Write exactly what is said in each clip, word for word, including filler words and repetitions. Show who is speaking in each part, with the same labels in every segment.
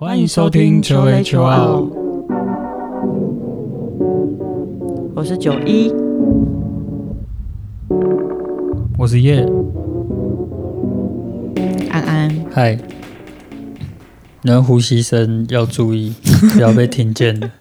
Speaker 1: 欢迎收听求雷求奥，
Speaker 2: 我是九一，
Speaker 1: 我是叶，
Speaker 2: 安安。
Speaker 1: 嗨，人呼吸声要注意，不要被听见了。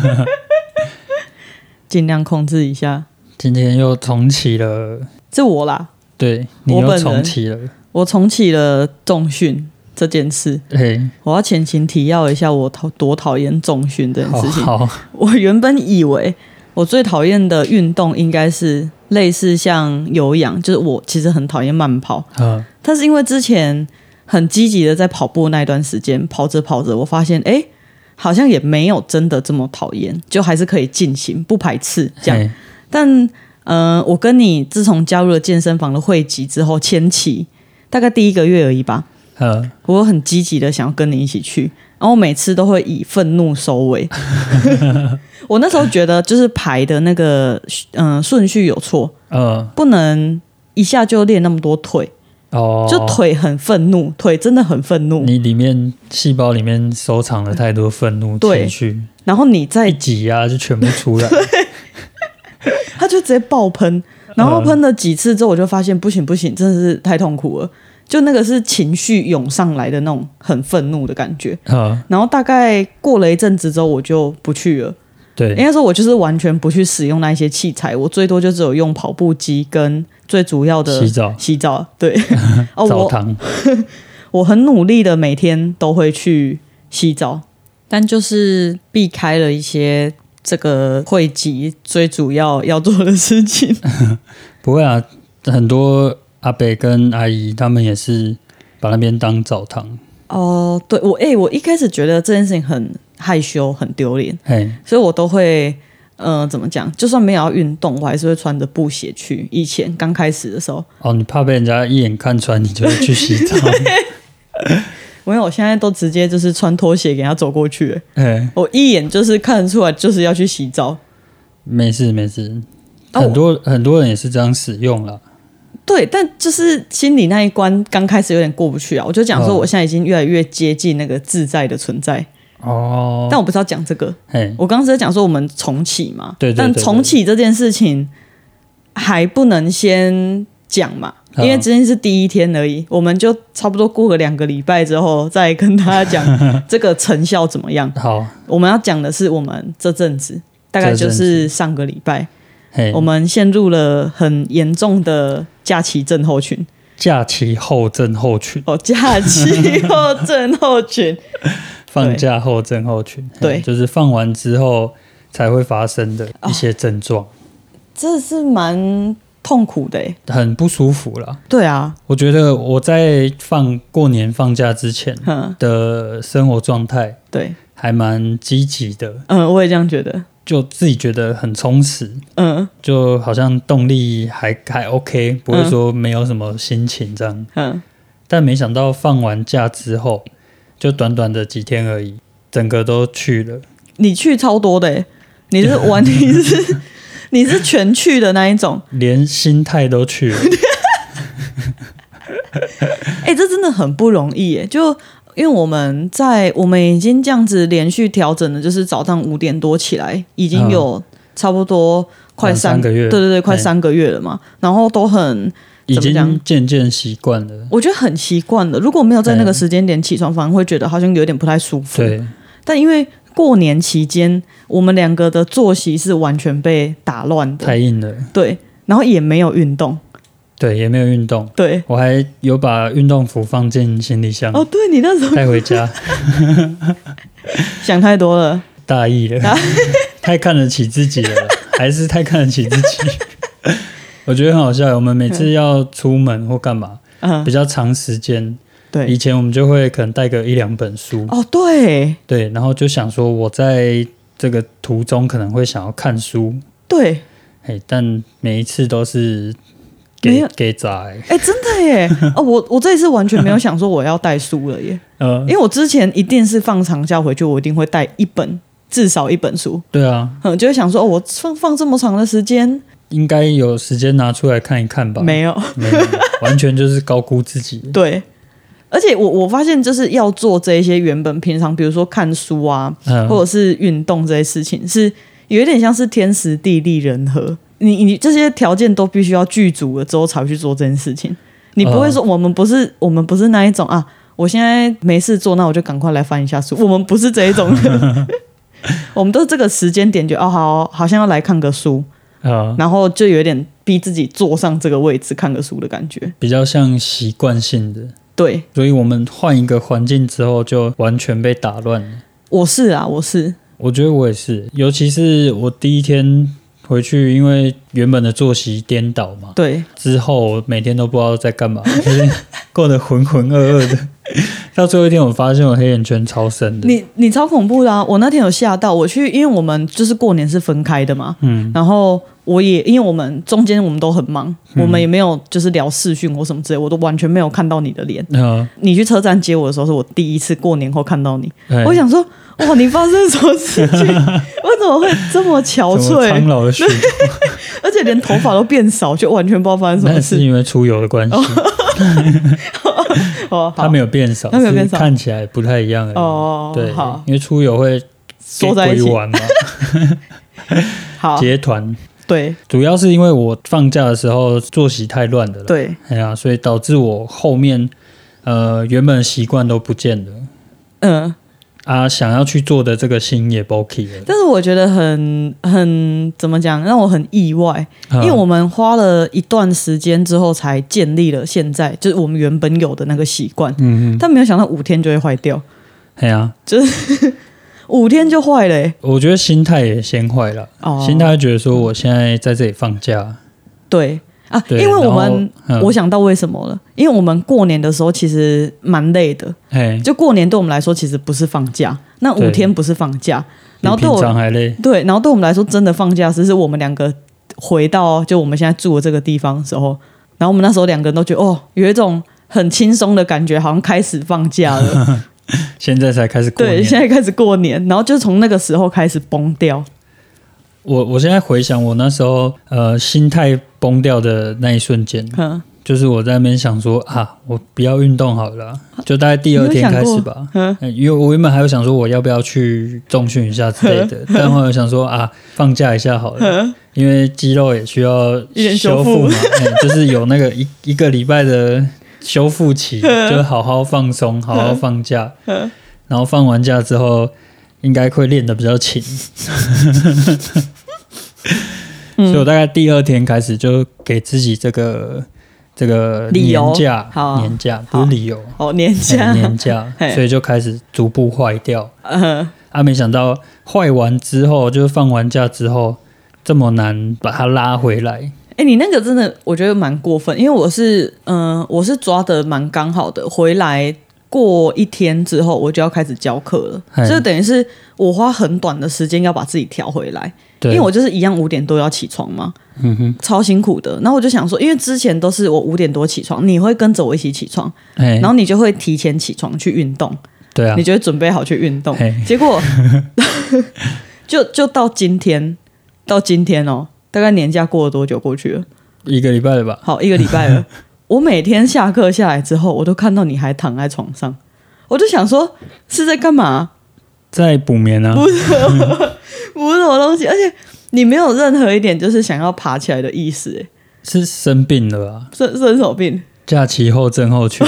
Speaker 2: 尽量控制一下。
Speaker 1: 今天又重启了，
Speaker 2: 是我啦，
Speaker 1: 对你又重启了，
Speaker 2: 我重启了重训这件事。我要前情提要一下我多讨厌重训这件事情。
Speaker 1: 好好，
Speaker 2: 我原本以为我最讨厌的运动应该是类似像有氧，就是我其实很讨厌慢跑，
Speaker 1: 嗯，
Speaker 2: 但是因为之前很积极的在跑步那一段时间，跑着跑着我发现哎，好像也没有真的这么讨厌，就还是可以进行，不排斥这样。但呃，我跟你自从加入了健身房的会籍之后，前期大概第一个月而已吧，
Speaker 1: 嗯，
Speaker 2: 我很积极的想要跟你一起去，然后每次都会以愤怒收尾。我那时候觉得就是排的那个嗯顺序有错，嗯，不能一下就练那么多腿。哦，就腿很愤怒，腿真的很愤怒。
Speaker 1: 你里面细胞里面收藏了太多愤怒情绪，
Speaker 2: 然后你再
Speaker 1: 一挤压就全部出来，
Speaker 2: 它就直接爆喷。然后喷了几次之后，我就发现不行不行，真的是太痛苦了。就那个是情绪涌上来的那种很愤怒的感觉。嗯，然后大概过了一阵子之后，我就不去了。对，应该说我就是完全不去使用那一些器材，我最多就只有用跑步机跟最主要的
Speaker 1: 洗澡，
Speaker 2: 洗澡，对，哦，
Speaker 1: 澡堂。
Speaker 2: 我很努力的每天都会去洗澡，但就是避开了一些这个会籍最主要要做的事情。
Speaker 1: 不会啊，很多阿伯跟阿姨他们也是把那边当澡堂。哦，
Speaker 2: 对，我哎、欸，我一开始觉得这件事情很害羞、很丢脸，所以我都会，呃，怎么讲？就算没有要运动，我还是会穿着布鞋去。以前刚开始的时候，
Speaker 1: 哦，你怕被人家一眼看穿，你就会去洗澡。
Speaker 2: 因为我现在都直接就是穿拖鞋给他走过去，我一眼就是看得出来就是要去洗澡。
Speaker 1: 没事没事，很多、哦、很多人也是这样使用啦。
Speaker 2: 对，但就是心里那一关刚开始有点过不去啊。我就讲说我现在已经越来越接近那个自在的存在。哦，但我不是要讲这个，我刚刚是在讲说我们重启嘛，对对对对，但重启这件事情还不能先讲嘛，因为今天是第一天而已，我们就差不多过个两个礼拜之后再跟大家讲这个成效怎么样。好，我们要讲的是我们这阵子大概就是上个礼拜，我们陷入了很严重的假期症候群。
Speaker 1: 假期后症候群
Speaker 2: 哦，假期后症候群。
Speaker 1: 放假后症候群，对，就是放完之后才会发生的一些症状，哦，
Speaker 2: 这是蛮痛苦的耶，
Speaker 1: 很不舒服啦。
Speaker 2: 对啊，
Speaker 1: 我觉得我在放过年放假之前的生活状态，对，还蛮积极的。
Speaker 2: 嗯，我也这样觉得，
Speaker 1: 就自己觉得很充实。嗯，就好像动力还还 OK， 不会说没有什么心情这样。嗯，但没想到放完假之后。就短短的几天而已，整个都去了。
Speaker 2: 你去超多的耶，你是玩你是你是全去的那一种，
Speaker 1: 连心态都去了。
Speaker 2: 哎、欸，这真的很不容易耶！就因为我们在我们已经这样子连续调整了，就是早上五点多起来，已经有差不多快 三,
Speaker 1: 三个月，
Speaker 2: 对对对，快三个月了嘛。然后都很。
Speaker 1: 已经渐渐习惯了，
Speaker 2: 我觉得很习惯了。如果没有在那个时间点起床，反而会觉得好像有点不太舒服。对，但因为过年期间，我们两个的作息是完全被打乱的，
Speaker 1: 太硬了。对，
Speaker 2: 然后也没有运动，
Speaker 1: 对，也没有运动。对，我还有把运动服放进行李箱。
Speaker 2: 哦，对，你那时候
Speaker 1: 带回家，
Speaker 2: 想太多了，
Speaker 1: 大意了，太看得起自己了，还是太看得起自己。我觉得很好笑，我们每次要出门或干嘛，嗯，比较长时间，对，以前我们就会可能带个一两本书，
Speaker 2: 哦，对，
Speaker 1: 对，然后就想说我在这个途中可能会想要看书，
Speaker 2: 对，
Speaker 1: 哎，但每一次都是给给砸，哎，
Speaker 2: 哎，真的耶，哦，我我这一次完全没有想说我要带书了耶，呃，因为我之前一定是放长假回去，我一定会带一本，至少一本书，
Speaker 1: 对啊，
Speaker 2: 嗯，就会想说，哦，我放放这么长的时间。
Speaker 1: 应该有时间拿出来看一看吧？
Speaker 2: 没有，
Speaker 1: 没有，完全就是高估自己。
Speaker 2: 对， 而且我我发现就是要做这一些原本平常比如说看书啊、嗯、或者是运动这些事情是有一点像是天时地利人和，你你这些条件都必须要具足了之后才会去做这件事情，你不会说我们不是、嗯、我们不是那一种啊我现在没事做那我就赶快来翻一下书，我们不是这一种人我们都是这个时间点就哦好好像要来看个书、嗯、然后就有点逼自己坐上这个位置看个书的感觉，
Speaker 1: 比较像习惯性的。
Speaker 2: 对，
Speaker 1: 所以我们换一个环境之后就完全被打乱了。
Speaker 2: 我是啊我是
Speaker 1: 我觉得我也是，尤其是我第一天回去，因为原本的作息颠倒嘛，
Speaker 2: 对，
Speaker 1: 之后每天都不知道在干嘛，就是过得浑浑噩噩的到最后一天我发现我黑眼圈超深的。
Speaker 2: 你你超恐怖的啊，我那天有吓到，我去因为我们就是过年是分开的嘛，嗯，然后我也因为我们中间我们都很忙、嗯、我们也没有就是聊视讯或什么之类，我都完全没有看到你的脸、嗯、你去车站接我的时候是我第一次过年后看到你、欸、我想说哇你发生什么事情我怎么会这么憔悴，
Speaker 1: 苍老的许多
Speaker 2: 而且连头发都变少，就完全不知道发生什么事。
Speaker 1: 那是因为出油的关系哦，它没有变少，它没有变少，看起来不太一样而已。哦，对，好，因为出油会
Speaker 2: 缩在一起
Speaker 1: 玩嘛
Speaker 2: 好，
Speaker 1: 结团。
Speaker 2: 对，
Speaker 1: 主要是因为我放假的时候作息太乱了啦，
Speaker 2: 对，
Speaker 1: 哎呀，所以导致我后面呃原本的习惯都不见了。嗯。啊，想要去做的这个心也不 OK 了，
Speaker 2: 但是我觉得很很怎么讲，让我很意外、嗯，因为我们花了一段时间之后才建立了现在就是我们原本有的那个习惯，嗯，但没有想到五天就会坏掉。
Speaker 1: 对啊，
Speaker 2: 就是五天就坏了、欸。
Speaker 1: 我觉得心态也先坏了、哦，心态觉得说我现在在这里放假，
Speaker 2: 对。啊，因为我们、嗯、我想到为什么了，因为我们过年的时候其实蛮累的，就过年对我们来说其实不是放假，那五天不是放假，然后对我
Speaker 1: 比平常还累，
Speaker 2: 对，然后对我们来说真的放假是是我们两个回到就我们现在住的这个地方的时候，然后我们那时候两个人都觉得哦，有一种很轻松的感觉，好像开始放假了
Speaker 1: 现在才开始过年，
Speaker 2: 对，现在开始过年，然后就从那个时候开始崩掉。
Speaker 1: 我我现在回想我那时候呃心态崩掉的那一瞬间，就是我在那边想说啊，我不要运动好了啦，就大概第二天开始吧，因为我原本还有想说我要不要去重训一下之类的，但后来想说啊，放假一下好了，因为肌肉也需要修复嘛，就是有那个一一个礼拜的修复期，就好好放松，好好放假，然后放完假之后应该会练得比较勤所以我大概第二天开始就给自己这个这个年假，年假不是理由
Speaker 2: 哦，年假
Speaker 1: 年假，所以就开始逐步坏掉。Uh-huh. 啊，没想到坏完之后，就是放完假之后这么难把它拉回来。
Speaker 2: 哎、欸，你那个真的我觉得蛮过分，因为我是嗯、呃，我是抓得蛮刚好的，回来过一天之后我就要开始教课了，所以等于是我花很短的时间要把自己调回来。因为我就是一样五点多要起床嘛、嗯，超辛苦的。然后我就想说，因为之前都是我五点多起床，你会跟着我一起起床，然后你就会提前起床去运动，
Speaker 1: 对啊，
Speaker 2: 你就会准备好去运动。结果就就到今天，到今天哦，大概年假过了多久过去了？
Speaker 1: 一个礼拜了吧？
Speaker 2: 好，一个礼拜了。我每天下课下来之后，我都看到你还躺在床上，我就想说是在干嘛？
Speaker 1: 在补眠啊？
Speaker 2: 不是。不是什么东西，而且你没有任何一点就是想要爬起来的意思，哎，
Speaker 1: 是生病了吧？
Speaker 2: 生生什么病？
Speaker 1: 假期后症候群，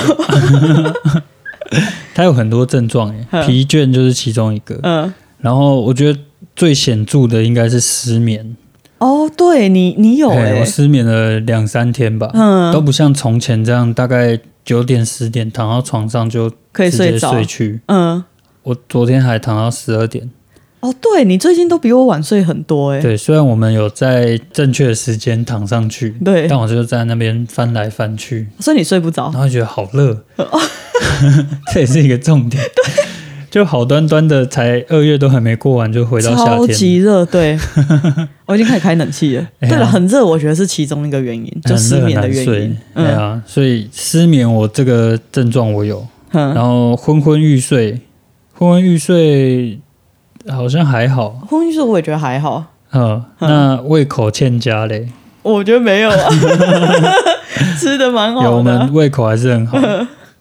Speaker 1: 它有很多症状，哎，疲倦就是其中一个。嗯，然后我觉得最显著的应该是失眠。
Speaker 2: 哦，对你，你有哎、
Speaker 1: 欸，我失眠了两三天吧，嗯，都不像从前这样，大概九点十点躺到床上就
Speaker 2: 可以睡
Speaker 1: 着睡去。嗯，我昨天还躺到十二点。
Speaker 2: 哦，对，你最近都比我晚睡很多哎。
Speaker 1: 对，虽然我们有在正确的时间躺上去，
Speaker 2: 对，
Speaker 1: 但我就在那边翻来翻去，
Speaker 2: 所以你睡不着，
Speaker 1: 然后觉得好热，这也是一个重点。对，就好端端的才二月都还没过完，就回到夏天，
Speaker 2: 超级热。对，我已经开始开冷气了。对了，很热，我觉得是其中一个原因，就失眠的原因。
Speaker 1: 对啊、嗯，所以失眠我这个症状我有，嗯、然后昏昏欲睡，昏昏欲睡。好像还好，
Speaker 2: 昏昏欲睡我也觉得还好。
Speaker 1: 嗯，那胃口欠佳嘞？
Speaker 2: 我觉得没有啊，吃的蛮好的。
Speaker 1: 有，我们胃口还是很好。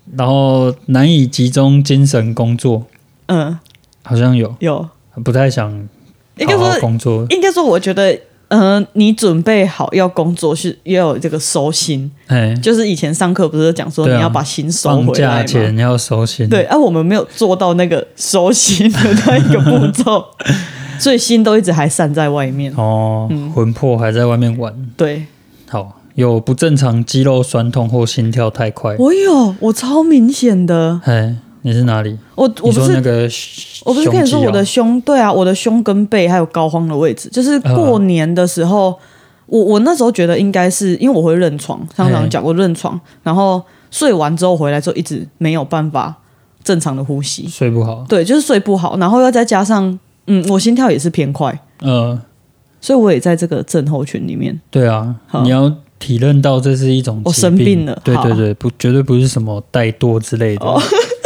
Speaker 1: 然后难以集中精神工作，嗯，好像有
Speaker 2: 有，
Speaker 1: 不太想好好工作。
Speaker 2: 应该说，我觉得，呃，你准备好要工作是要有这个收心，哎，就是以前上课不是讲说你要把心收回来吗？
Speaker 1: 放假前要收心，
Speaker 2: 对，啊，我们没有做到那个收心的那一个步骤，所以心都一直还散在外面。
Speaker 1: 哦，嗯、魂魄还在外面玩。
Speaker 2: 对，
Speaker 1: 好。有不正常肌肉酸痛或心跳太快，
Speaker 2: 我有，我超明显的。
Speaker 1: 哎，你是哪里？
Speaker 2: 我我不是
Speaker 1: 那个、
Speaker 2: 我不是跟你说我的胸，对啊，我的胸跟背还有膏肓的位置，就是过年的时候，呃、我我那时候觉得应该是因为我会认床，常常讲过认床，然后睡完之后回来之后一直没有办法正常的呼吸，
Speaker 1: 睡不好，
Speaker 2: 对，就是睡不好，然后又再加上嗯，我心跳也是偏快，嗯、呃，所以我也在这个症候群里面。
Speaker 1: 对啊，你要。体认到这是一种疾病，
Speaker 2: 我生病了，
Speaker 1: 对对对，不，绝对不是什么怠惰之类的。哦、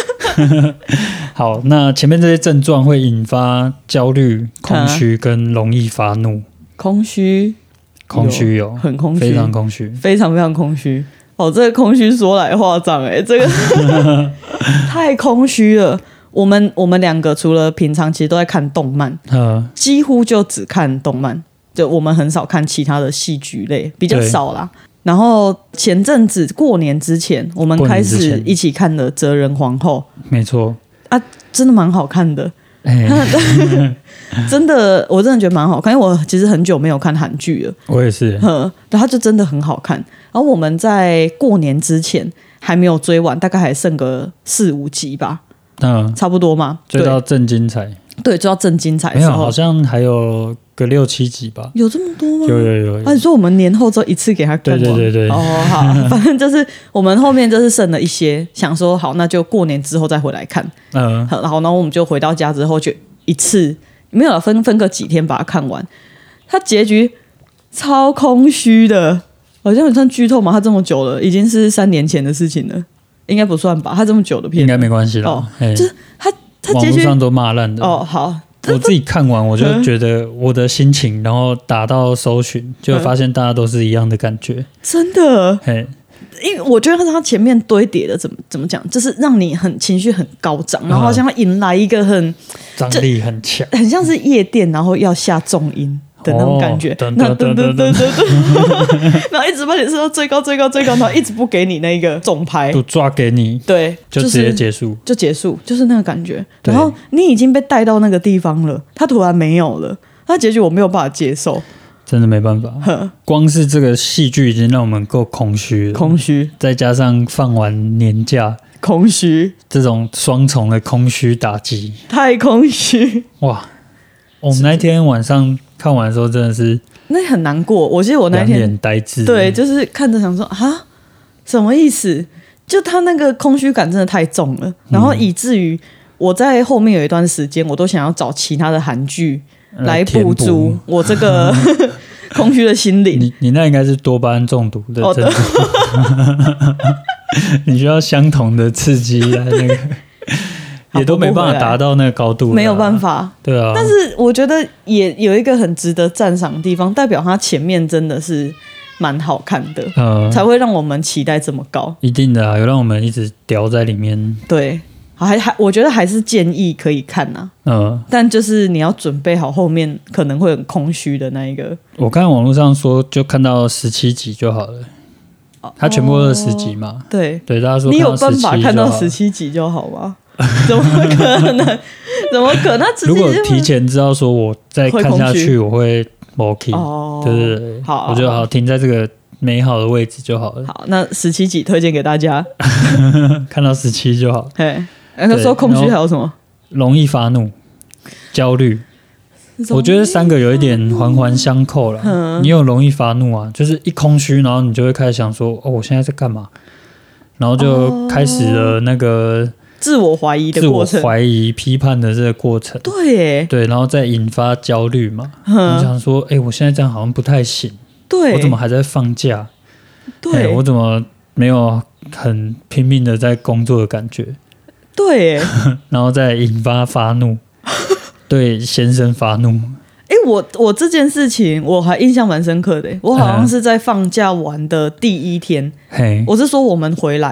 Speaker 1: 好，那前面这些症状会引发焦虑、空虚跟容易发怒。
Speaker 2: 空虚，
Speaker 1: 空虚有，
Speaker 2: 很空虚，
Speaker 1: 非常空虚，
Speaker 2: 非常非常空虚。哦，这个空虚说来话长哎、欸，这个太空虚了。我们我们两个除了平常其实都在看动漫，几乎就只看动漫。就我们很少看其他的戏剧类，比较少啦。然后前阵子过年之前，我们开始一起看了《哲人皇后》，
Speaker 1: 没错
Speaker 2: 啊，真的蛮好看的。欸、真的，我真的觉得蛮好看，因为我其实很久没有看韩剧了。
Speaker 1: 我也是，
Speaker 2: 然后它就真的很好看。然后我们在过年之前还没有追完，大概还剩个四五集吧，嗯，差不多嘛，
Speaker 1: 追到正精彩。
Speaker 2: 对，追到正精彩的时候，
Speaker 1: 没有，好像还有个六七集吧。
Speaker 2: 有这么多吗？
Speaker 1: 有有有有。
Speaker 2: 啊，你说我们年后之后一次给他看完？
Speaker 1: 对对对对。
Speaker 2: 哦，好，反正就是我们后面就是剩了一些，想说好，那就过年之后再回来看。嗯。好，然后然后我们就回到家之后就一次没有分分个几天把它看完。它结局超空虚的，好像很算剧透嘛？它这么久了，已经是三年前的事情了，应该不算吧？它这么久的片，
Speaker 1: 应该没关系啦。
Speaker 2: 哦，就是它。
Speaker 1: 网络上都骂烂的
Speaker 2: 哦，好，
Speaker 1: 我自己看完我就觉得我的心情，然后打到搜寻，就发现大家都是一样的感觉，
Speaker 2: 真的。嘿，因为我觉得他前面堆叠的怎么怎么讲，就是让你很情绪很高涨，然后好像要迎来一个很
Speaker 1: 张力很强，
Speaker 2: 很像是夜店，然后要下重音的那种感觉，
Speaker 1: 噔噔噔噔噔
Speaker 2: 噔，然后一直把你升到最高最高最高，然后一直不给你那个重拍，
Speaker 1: 不抓给你，
Speaker 2: 对，
Speaker 1: 就直接结束，
Speaker 2: 就结束，就是那个感觉。然后你已经被带到那个地方了，他突然没有了，那结局我没有办法接受，
Speaker 1: 真的没办法。光是这个戏剧已经让我们够空虚了，
Speaker 2: 空虚，
Speaker 1: 再加上放完年假，
Speaker 2: 空虚，
Speaker 1: 这种双重的空虚打击，
Speaker 2: 太空虚哇！
Speaker 1: 我们那天晚上看完的时候真的是
Speaker 2: 那很难过，我记得我那天
Speaker 1: 两眼呆滞，
Speaker 2: 对，就是看着想说啊，什么意思？就他那个空虚感真的太重了，然后以至于我在后面有一段时间，我都想要找其他的韩剧来补足我这个空虚的心灵。
Speaker 1: 你你那应该是多巴胺中毒的症状，哦、你需要相同的刺激来那个。也都没办法达到那个高度，
Speaker 2: 没有办法，
Speaker 1: 对啊。
Speaker 2: 但是我觉得也有一个很值得赞赏的地方，代表它前面真的是蛮好看的，嗯，才会让我们期待这么高。
Speaker 1: 一定的啊，有让我们一直掉在里面。
Speaker 2: 对，还还，我觉得还是建议可以看啊，嗯，但就是你要准备好后面可能会很空虚的那一个。
Speaker 1: 我看网络上说，就看到十七集就好了。它全部都是十集嘛？哦、
Speaker 2: 对
Speaker 1: 对，大家说
Speaker 2: 你有办法看到十七集就好吗？怎么可能？怎么可能？
Speaker 1: 如果提前知道说我再看下去我会 mocky， 哦，对对对，好，我觉得好停在这个美好的位置就好了。
Speaker 2: 好，那十七集推荐给大家，
Speaker 1: 看到十七就好。
Speaker 2: 嘿，他说空虚还有什么？
Speaker 1: 容易发怒、焦虑。我觉得三个有一点环环相扣了。嗯、你有容易发怒啊，就是一空虚，然后你就会开始想说：“哦，我现在在干嘛？”然后就开始了那个。
Speaker 2: 自我怀疑的过程，
Speaker 1: 自我怀疑、批判的这个过程，
Speaker 2: 对耶，
Speaker 1: 对，然后再引发焦虑嘛。嗯、你想说，哎、欸，我现在这样好像不太行，
Speaker 2: 对，
Speaker 1: 我怎么还在放假？
Speaker 2: 对、
Speaker 1: 欸，我怎么没有很拼命的在工作的感觉？
Speaker 2: 对耶，
Speaker 1: 然后再引发发怒，对先生发怒。
Speaker 2: 哎、欸，我我这件事情我还印象蛮深刻的，我好像是在放假玩的第一天，嗯、我是说我们回来。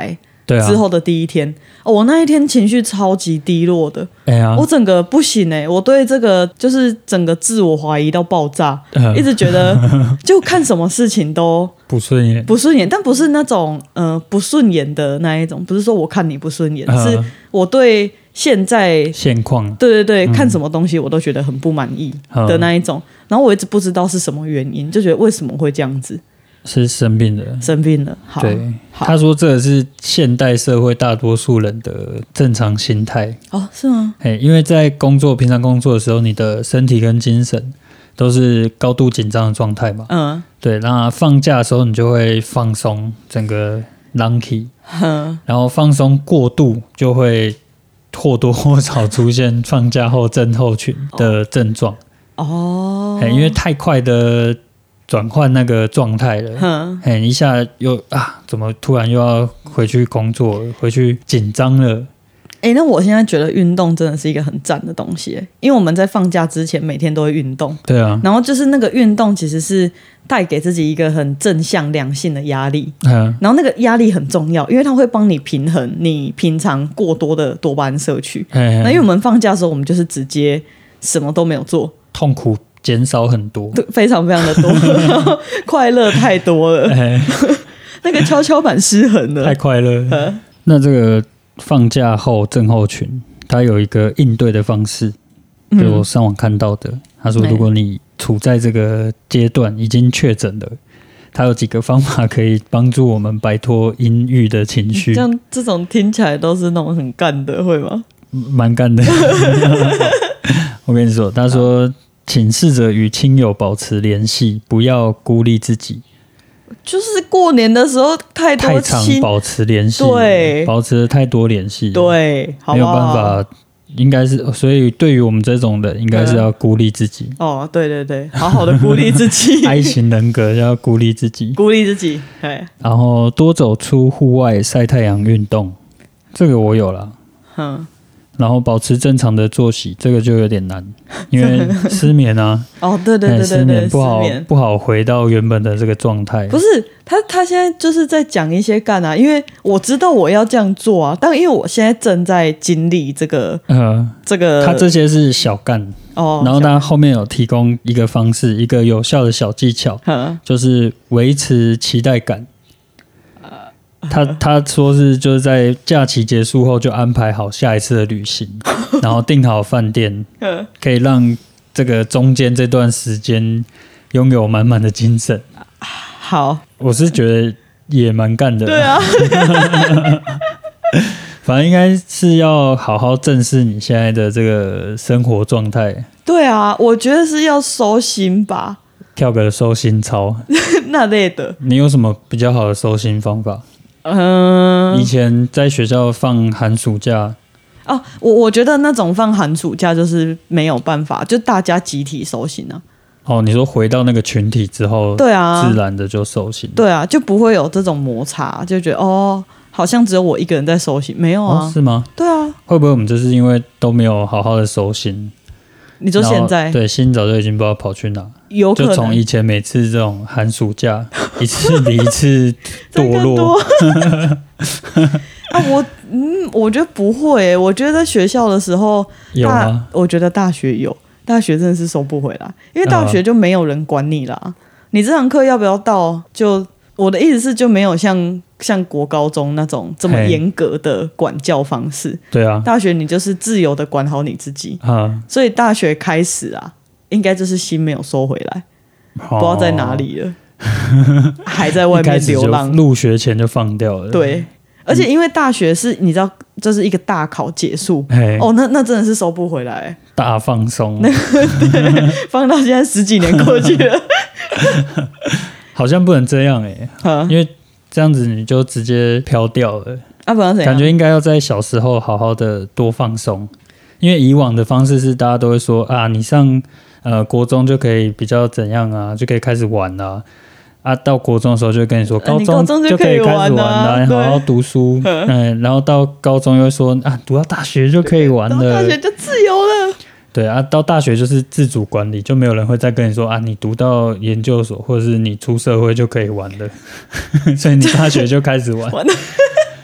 Speaker 2: 对啊，之后的第一天，哦，我那一天情绪超级低落的，哎呀，我整个不行哎、欸，我对这个就是整个自我怀疑到爆炸，呃、一直觉得就看什么事情都
Speaker 1: 不顺眼，
Speaker 2: 不顺眼，但不是那种呃不顺眼的那一种，不是说我看你不顺眼，呃、是我对现在
Speaker 1: 现况，
Speaker 2: 对对对、嗯，看什么东西我都觉得很不满意的那一种，然后我一直不知道是什么原因，就觉得为什么会这样子。
Speaker 1: 是生病了，
Speaker 2: 生病了。好，
Speaker 1: 对，他说这个是现代社会大多数人的正常心态。
Speaker 2: 哦，是吗？
Speaker 1: 因为在工作、平常工作的时候，你的身体跟精神都是高度紧张的状态嘛。嗯，对。那放假的时候，你就会放松，整个 lucky，嗯，然后放松过度，就会或多或少出现放假后症候群的症状。哦，因为太快的转换那个状态了，嘿，一下又啊，怎么突然又要回去工作，回去紧张了？
Speaker 2: 哎、欸，那我现在觉得运动真的是一个很赞的东西，因为我们在放假之前每天都会运动，
Speaker 1: 对啊，
Speaker 2: 然后就是那个运动其实是带给自己一个很正向良性的压力，嗯，然后那个压力很重要，因为它会帮你平衡你平常过多的多巴胺摄取。那因为我们放假的时候，我们就是直接什么都没有做，
Speaker 1: 痛苦减少很多，
Speaker 2: 对，非常非常的多，快乐太多了，欸、那个跷跷板失衡了，
Speaker 1: 太快乐了。那这个放假后症候群，它有一个应对的方式，就我上网看到的。他说，如果你处在这个阶段已经确诊了，他有几个方法可以帮助我们摆脱阴郁的情绪。
Speaker 2: 像这种听起来都是那种很干的，会吗？
Speaker 1: 蛮干的。我跟你说，他说，请试着与亲友保持联系，不要孤立自己。
Speaker 2: 就是过年的时候太多
Speaker 1: 太常保持联系，
Speaker 2: 对，
Speaker 1: 保持太多联系，
Speaker 2: 对，好不好？
Speaker 1: 没有办法，应该是，所以对于我们这种的，应该是要孤立自己。
Speaker 2: 哦，对对对，好好的孤立自己。
Speaker 1: I 型人格要孤立自己，
Speaker 2: 孤立自己，对。
Speaker 1: 然后多走出户外晒太阳运动，这个我有了。嗯。然后保持正常的作息，这个就有点难，因为失眠啊。
Speaker 2: 哦，对对对对对，
Speaker 1: 失眠不好不好回到原本的这个状态。
Speaker 2: 不是他，他现在就是在讲一些干啊，因为我知道我要这样做啊，但因为我现在正在经历这个，呃，这个
Speaker 1: 他这些是小干哦，然后他后面有提供一个方式，一个有效的小技巧，就是维持期待感。他他说是就是在假期结束后就安排好下一次的旅行，然后订好饭店，可以让这个中间这段时间拥有满满的精神。
Speaker 2: 好，
Speaker 1: 我是觉得也蛮干的。
Speaker 2: 对啊，
Speaker 1: 反正应该是要好好正视你现在的这个生活状态。
Speaker 2: 对啊，我觉得是要收心吧，
Speaker 1: 跳个收心操
Speaker 2: 那类的。
Speaker 1: 你有什么比较好的收心方法？
Speaker 2: 嗯，
Speaker 1: 以前在学校放寒暑假
Speaker 2: 哦，我我觉得那种放寒暑假就是没有办法，就大家集体收心啊。
Speaker 1: 哦，你说回到那个群体之后，
Speaker 2: 对啊，
Speaker 1: 自然的就收心。
Speaker 2: 对啊，就不会有这种摩擦，就觉得哦，好像只有我一个人在收心，没有啊？
Speaker 1: 哦、是吗？
Speaker 2: 对啊，
Speaker 1: 会不会我们就是因为都没有好好的收心？
Speaker 2: 你说现在
Speaker 1: 对心早就已经不知道跑去哪，
Speaker 2: 有可能
Speaker 1: 就从以前每次这种寒暑假一次比一次堕落。
Speaker 2: 啊，我嗯，我觉得不会、欸，我觉得在学校的时候
Speaker 1: 有吗？
Speaker 2: 我觉得大学有，大学真的是收不回来，因为大学就没有人管你啦。嗯、你这堂课要不要到？就我的意思是，就没有像像国高中那种这么严格的管教方式。
Speaker 1: 对啊，
Speaker 2: 大学你就是自由的管好你自己。嗯，所以大学开始啊，应该就是心没有收回来，哦、不知道在哪里了，还在外面流浪。
Speaker 1: 入学前就放掉了。
Speaker 2: 对。而且因为大学是你知道这是一个大考结束哦，那那真的是收不回来，
Speaker 1: 大放松，
Speaker 2: 对，放到现在十几年过去了，
Speaker 1: 好像不能这样哎、欸，因为这样子你就直接飘掉了
Speaker 2: 啊，不然怎样？
Speaker 1: 感觉应该要在小时候好好的多放松，因为以往的方式是大家都会说啊，你上呃国中就可以比较怎样啊，就可以开始玩啊。啊，到国中的时候就会跟你说，高中就可以开始玩了，好好读书。嗯，然后到高中又会说啊，读到大学就可以玩了，
Speaker 2: 大学就自由了。
Speaker 1: 对啊，到大学就是自主管理，就没有人会再跟你说啊，你读到研究所或者是你出社会就可以玩了，所以你大学就开始玩。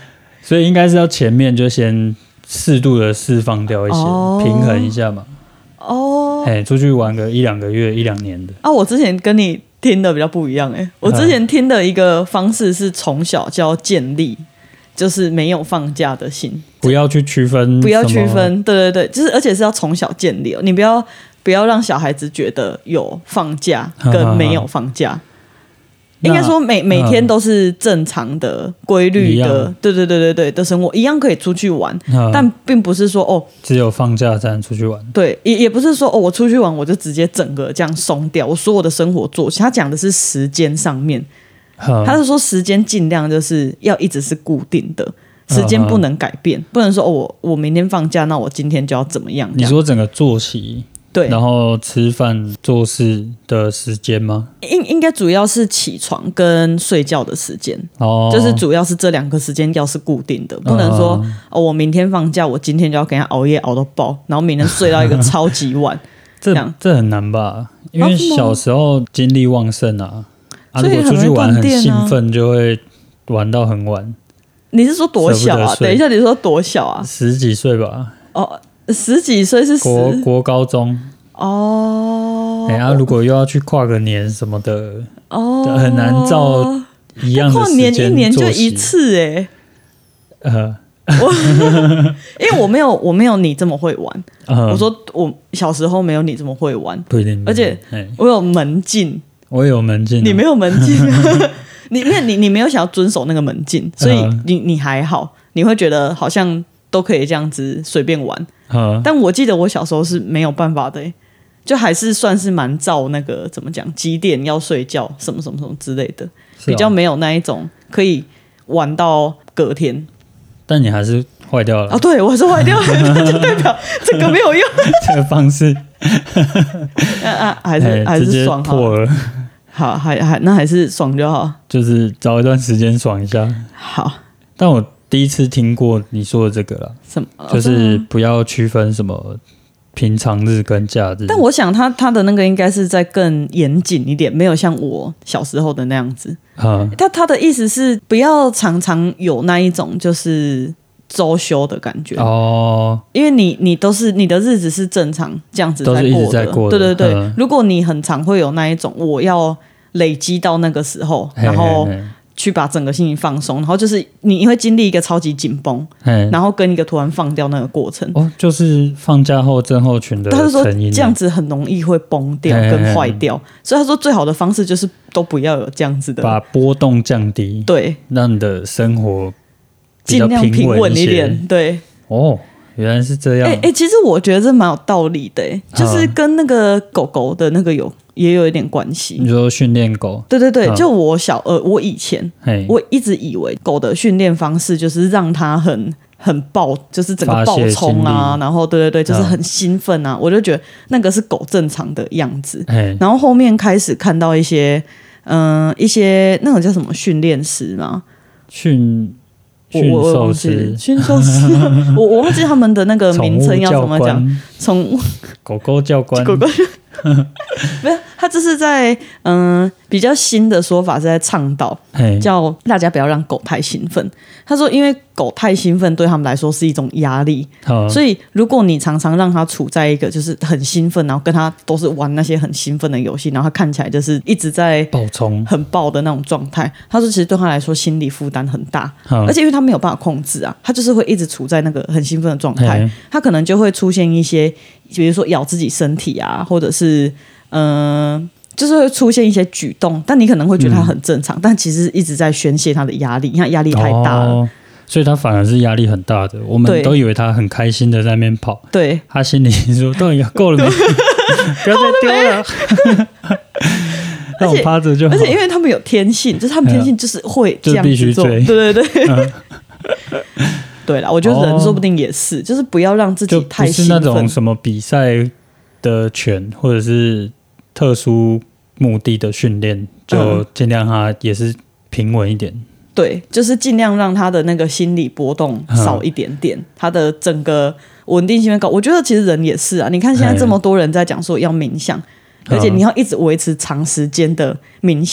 Speaker 1: 所以应该是要前面就先适度的释放掉一些，哦、平衡一下嘛。哦，哎，出去玩个一两个月、一两年的。
Speaker 2: 啊，我之前跟你听的比较不一样哎，我之前听的一个方式是从小就要建立，就是没有放假的心，
Speaker 1: 不要去区分，
Speaker 2: 不要区分，对对对，就是而且是要从小建立哦，你不要不要让小孩子觉得有放假跟没有放假。应该说每每天都是正常的规律的，对对对对对的生活，一样可以出去玩，但并不是说哦，
Speaker 1: 只有放假才能出去玩。
Speaker 2: 对，也也不是说哦，我出去玩我就直接整个这样松掉，我所有的生活作息。他讲的是时间上面，他是说时间尽量就是要一直是固定的，时间不能改变，不能说哦，我我明天放假，那我今天就要怎么样？
Speaker 1: 你说整个作息？对，然后吃饭做事的时间吗？
Speaker 2: 应应该主要是起床跟睡觉的时间，哦，就是主要是这两个时间要是固定的，不能说、嗯、哦，我明天放假，我今天就要给他熬夜熬到爆，然后明天睡到一个超级晚，
Speaker 1: 这样这很难吧？因为小时候精力旺盛啊，啊，如果出去玩很兴奋，就会玩到很晚。你是说多小啊？等一下，你说多小啊？ 十几岁吧。
Speaker 2: 哦。十几岁是
Speaker 1: 国国高中哦，哎呀、啊，如果又要去跨个年什么的哦，很难照一样的时间作息。跨年
Speaker 2: 一年就一次哎，呃，我因为我没有我没有你这么会玩，呃、我说我小时候没有你这么会玩，
Speaker 1: 不一定，
Speaker 2: 而且我有门禁，
Speaker 1: 我有门禁、啊，
Speaker 2: 你没有门禁，你没有你你没有想要遵守那个门禁，所以你你还好，你会觉得好像都可以这样子随便玩。但我记得我小时候是没有办法的、欸，就还是算是蛮照那个怎么讲几点要睡觉什么什么什么之类的，比较没有那一种可以玩到隔天。
Speaker 1: 但你还是坏掉了
Speaker 2: 哦，对我还是坏掉了，那就代表这个没有用。
Speaker 1: 这个方式，
Speaker 2: 啊啊，还是、欸、还是爽好
Speaker 1: 破了。
Speaker 2: 好，还还那还是爽就好，
Speaker 1: 就是找一段时间爽一下。
Speaker 2: 好，
Speaker 1: 但我。第一次听过你说的这个啦，
Speaker 2: 什么？
Speaker 1: 就是不要区分什么平常日跟假日。
Speaker 2: 但我想他他的那个应该是再更严谨一点，没有像我小时候的那样子。啊、他他的意思是不要常常有那一种就是周休的感觉哦，因为你你都是你的日子是正常这样子在过的，
Speaker 1: 都是一直在过的。
Speaker 2: 对对对、嗯，如果你很常会有那一种，我要累积到那个时候，然后。嘿嘿嘿去把整个心情放松，然后就是你会经历一个超级紧绷，然后跟一个突然放掉那个过程。
Speaker 1: 哦，就是放假后症候群的成因。他是说
Speaker 2: 这样子很容易会崩掉跟坏掉，所以他说最好的方式就是都不要有这样子的，
Speaker 1: 把波动降低，
Speaker 2: 对，
Speaker 1: 让你的生活比
Speaker 2: 较尽量平稳一点。对，
Speaker 1: 哦，原来是这样。
Speaker 2: 哎、欸欸、其实我觉得这蛮有道理的、欸，就是跟那个狗狗的那个有。也有一点关系。
Speaker 1: 你说训练狗？
Speaker 2: 对对对，就我小呃，我以前我一直以为狗的训练方式就是让它很很暴，就是整个暴冲啊，然后对对对，就是很兴奋啊，我就觉得那个是狗正常的样子。然后后面开始看到一些嗯、呃、一些那种叫什么训练师嘛，
Speaker 1: 训驯兽师，
Speaker 2: 驯兽师，我我忘记他们的那个名称要怎么讲，从
Speaker 1: 狗狗教官，
Speaker 2: 狗狗。没有，他这是在嗯、呃、比较新的说法是在倡导，叫大家不要让狗太兴奋。他说，因为狗太兴奋对他们来说是一种压力，所以如果你常常让他处在一个就是很兴奋，然后跟他都是玩那些很兴奋的游戏，然后他看起来就是一直在
Speaker 1: 暴冲、
Speaker 2: 很暴的那种状态。他说，其实对他来说心理负担很大，而且因为他没有办法控制啊，他就是会一直处在那个很兴奋的状态，他可能就会出现一些。比如说咬自己身体啊，或者是嗯、呃，就是会出现一些举动，但你可能会觉得他很正常，嗯、但其实一直在宣泄他的压力，你看压力太大了、哦，
Speaker 1: 所以他反而是压力很大的。我们都以为他很开心的在那边跑，
Speaker 2: 对，
Speaker 1: 他心里说：“到底够了没？不要再丢了。”让我趴着就好。
Speaker 2: 而且因为他们有天性，就是他们天性就是会这样子做，对对对。嗯对啦，我觉得人说不定也是，哦、就是不要让自己太兴奋。
Speaker 1: 就不是那种什么比赛的拳或者是特殊目的的训练，就尽量他也是平稳一点。嗯、
Speaker 2: 对，就是尽量让他的那个心理波动少一点点，嗯、他的整个稳定性会高。我觉得其实人也是啊，你看现在这么多人在讲说要冥想，而且你要一直维持长时间的冥想。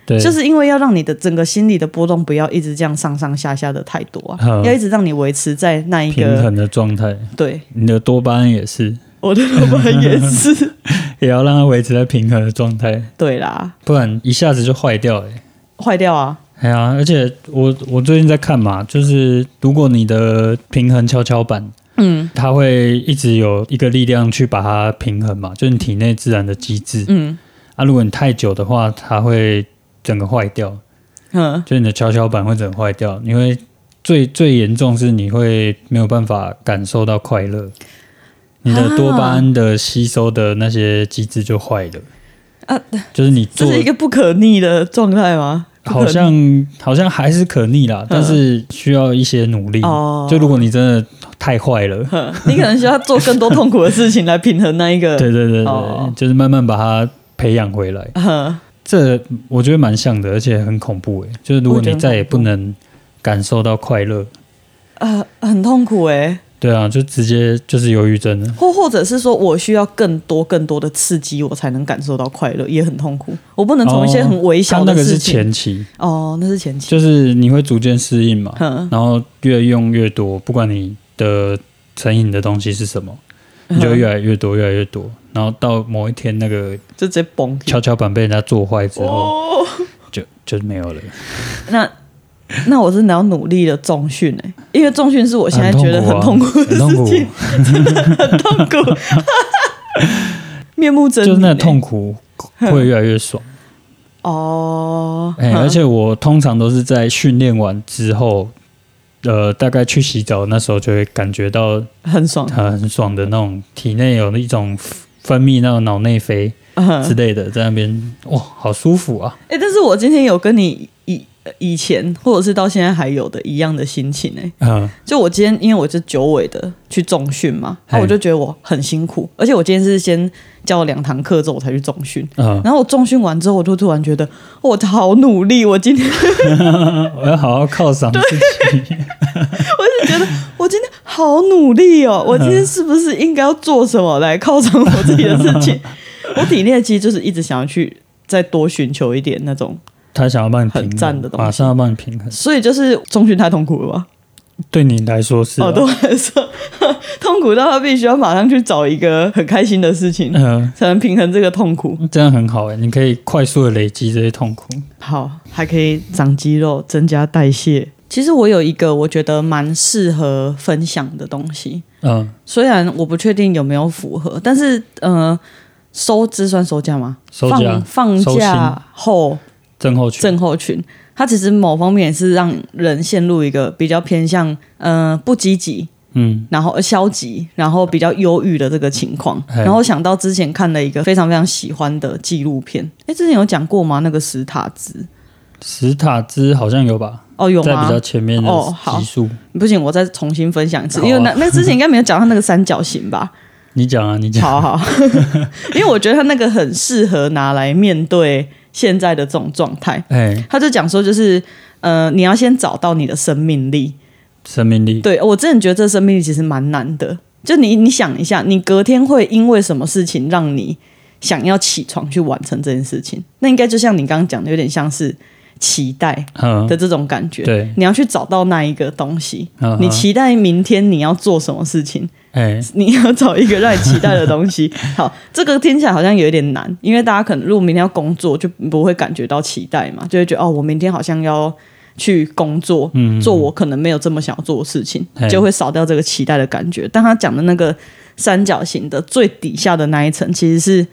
Speaker 2: 对，就是因为要让你的整个心理的波动不要一直这样上上下下的太多啊，嗯、要一直让你维持在那一个
Speaker 1: 平衡的状态。
Speaker 2: 对，
Speaker 1: 你的多巴胺也是，
Speaker 2: 我的多巴胺也是，
Speaker 1: 也要让它维持在平衡的状态。
Speaker 2: 对啦，
Speaker 1: 不然一下子就坏掉了、欸。
Speaker 2: 坏掉啊！
Speaker 1: 哎呀，而且我我最近在看嘛，就是如果你的平衡跷跷板，嗯，它会一直有一个力量去把它平衡嘛，就是你体内自然的机制，嗯，啊，如果你太久的话，它会整个坏掉，嗯，就你的跷跷板会整个坏掉，你会最最严重是你会没有办法感受到快乐，你的多巴胺的吸收的那些机制就坏了。啊，就是你做
Speaker 2: 这是一个不可逆的状态吗？
Speaker 1: 好像好像还是可逆啦，嗯、但是需要一些努力。哦、就如果你真的太坏了，
Speaker 2: 你可能需要做更多痛苦的事情来平衡那一个。
Speaker 1: 对对对对，哦、就是慢慢把它培养回来。嗯、这我觉得蛮像的，而且很恐怖诶。就是如果你再也不能感受到快乐，
Speaker 2: 呃，很痛苦诶。
Speaker 1: 对啊，就直接就是忧郁症了，
Speaker 2: 或或者是说我需要更多更多的刺激，我才能感受到快乐，也很痛苦。我不能从一些很微小的事情。哦、那个是
Speaker 1: 前期
Speaker 2: 哦，那是前期，
Speaker 1: 就是你会逐渐适应嘛，然后越用越多，不管你的成瘾的东西是什么，你就越来越多，越来越多，然后到某一天那个
Speaker 2: 就直接崩，
Speaker 1: 跷跷板被人家做坏之后，哦、就就没有了。
Speaker 2: 那。那我真的要努力的重训哎、欸，因为重训是我现在觉得很痛苦的事情，真的很痛苦，面目狰狞、欸，
Speaker 1: 就是那痛苦会越来越爽哦。哎、欸，而且我通常都是在训练完之后，呃，大概去洗澡那时候就会感觉到
Speaker 2: 很爽，
Speaker 1: 很爽的那种，体内有一种分泌那种脑内啡之类的，在那边哇，好舒服啊！
Speaker 2: 哎、欸，但是我今天有跟你以。以前或者是到现在还有的一样的心情哎、欸，嗯、就我今天因为我是久违的去重训嘛，然后我就觉得我很辛苦，而且我今天是先教了两堂课之后我才去重训，嗯、然后我重训完之后，我就突然觉得我好努力，我今天
Speaker 1: 我要好好犒赏自己，
Speaker 2: 我就觉得我今天好努力哦，我今天是不是应该要做什么来犒赏我自己的事情？我体内其实就是一直想要去再多寻求一点那种。
Speaker 1: 他想要帮你平衡，
Speaker 2: 很赞的东西，
Speaker 1: 马上要帮你平衡，
Speaker 2: 所以就是重训太痛苦了吧？
Speaker 1: 对你来说是、啊，
Speaker 2: 哦，对我来说痛苦到他必须要马上去找一个很开心的事情，嗯、才能平衡这个痛苦。
Speaker 1: 这样很好哎，你可以快速的累积这些痛苦，
Speaker 2: 好，还可以长肌肉，增加代谢。其实我有一个我觉得蛮适合分享的东西，嗯，虽然我不确定有没有符合，但是呃，收支算收假吗？
Speaker 1: 收假
Speaker 2: 放放假后。
Speaker 1: 症候群，
Speaker 2: 症候群，它其实某方面也是让人陷入一个比较偏向呃不积极，嗯，然后消极，然后比较忧郁的这个情况。然后想到之前看了一个非常非常喜欢的纪录片，哎，之前有讲过吗？那个史塔兹，
Speaker 1: 史塔兹好像有吧？
Speaker 2: 哦，有吗？
Speaker 1: 在比较前面的集数、哦。
Speaker 2: 不行，我再重新分享一次，啊、因为那那之前应该没有讲到那个三角形吧？
Speaker 1: 你讲啊，你讲。
Speaker 2: 好好，因为我觉得他那个很适合拿来面对。现在的这种状态，欸、他就讲说，就是呃，你要先找到你的生命力，
Speaker 1: 生命力。
Speaker 2: 对我真的觉得这生命力其实蛮难的。就你你想一下，你隔天会因为什么事情让你想要起床去完成这件事情？那应该就像你刚刚讲的，有点像是期待的这种感觉。对，你要去找到那一个东西，嗯、你期待明天你要做什么事情。欸、你要找一个让你期待的东西。好，这个听起来好像有一点难，因为大家可能如果明天要工作，就不会感觉到期待嘛，就会觉得哦，我明天好像要去工作，嗯、做我可能没有这么想要做的事情，欸、就会少掉这个期待的感觉。但他讲的那个三角形的最底下的那一层，其实是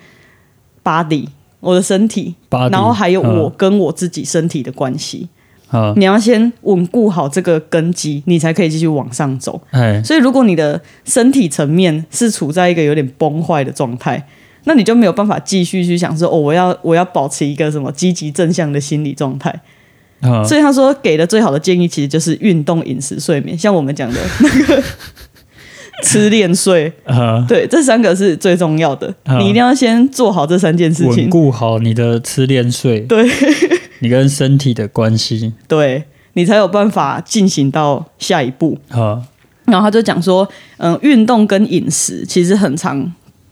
Speaker 2: body， 我的身体，
Speaker 1: body,
Speaker 2: 然后还有我跟我自己身体的关系。Uh, 你要先稳固好这个根基，你才可以继续往上走。Hey. 所以如果你的身体层面是处在一个有点崩坏的状态，那你就没有办法继续去想说哦，我要我要保持一个什么积极正向的心理状态。Uh. 所以他说给的最好的建议其实就是运动、饮食、睡眠，像我们讲的那个吃、练、睡， uh. 对，这三个是最重要的。Uh. 你一定要先做好这三件事情，
Speaker 1: 稳固好你的吃、练、睡。
Speaker 2: 对。
Speaker 1: 你跟身体的关系，
Speaker 2: 对，你才有办法进行到下一步。然后他就讲说，嗯，运动跟饮食其实很常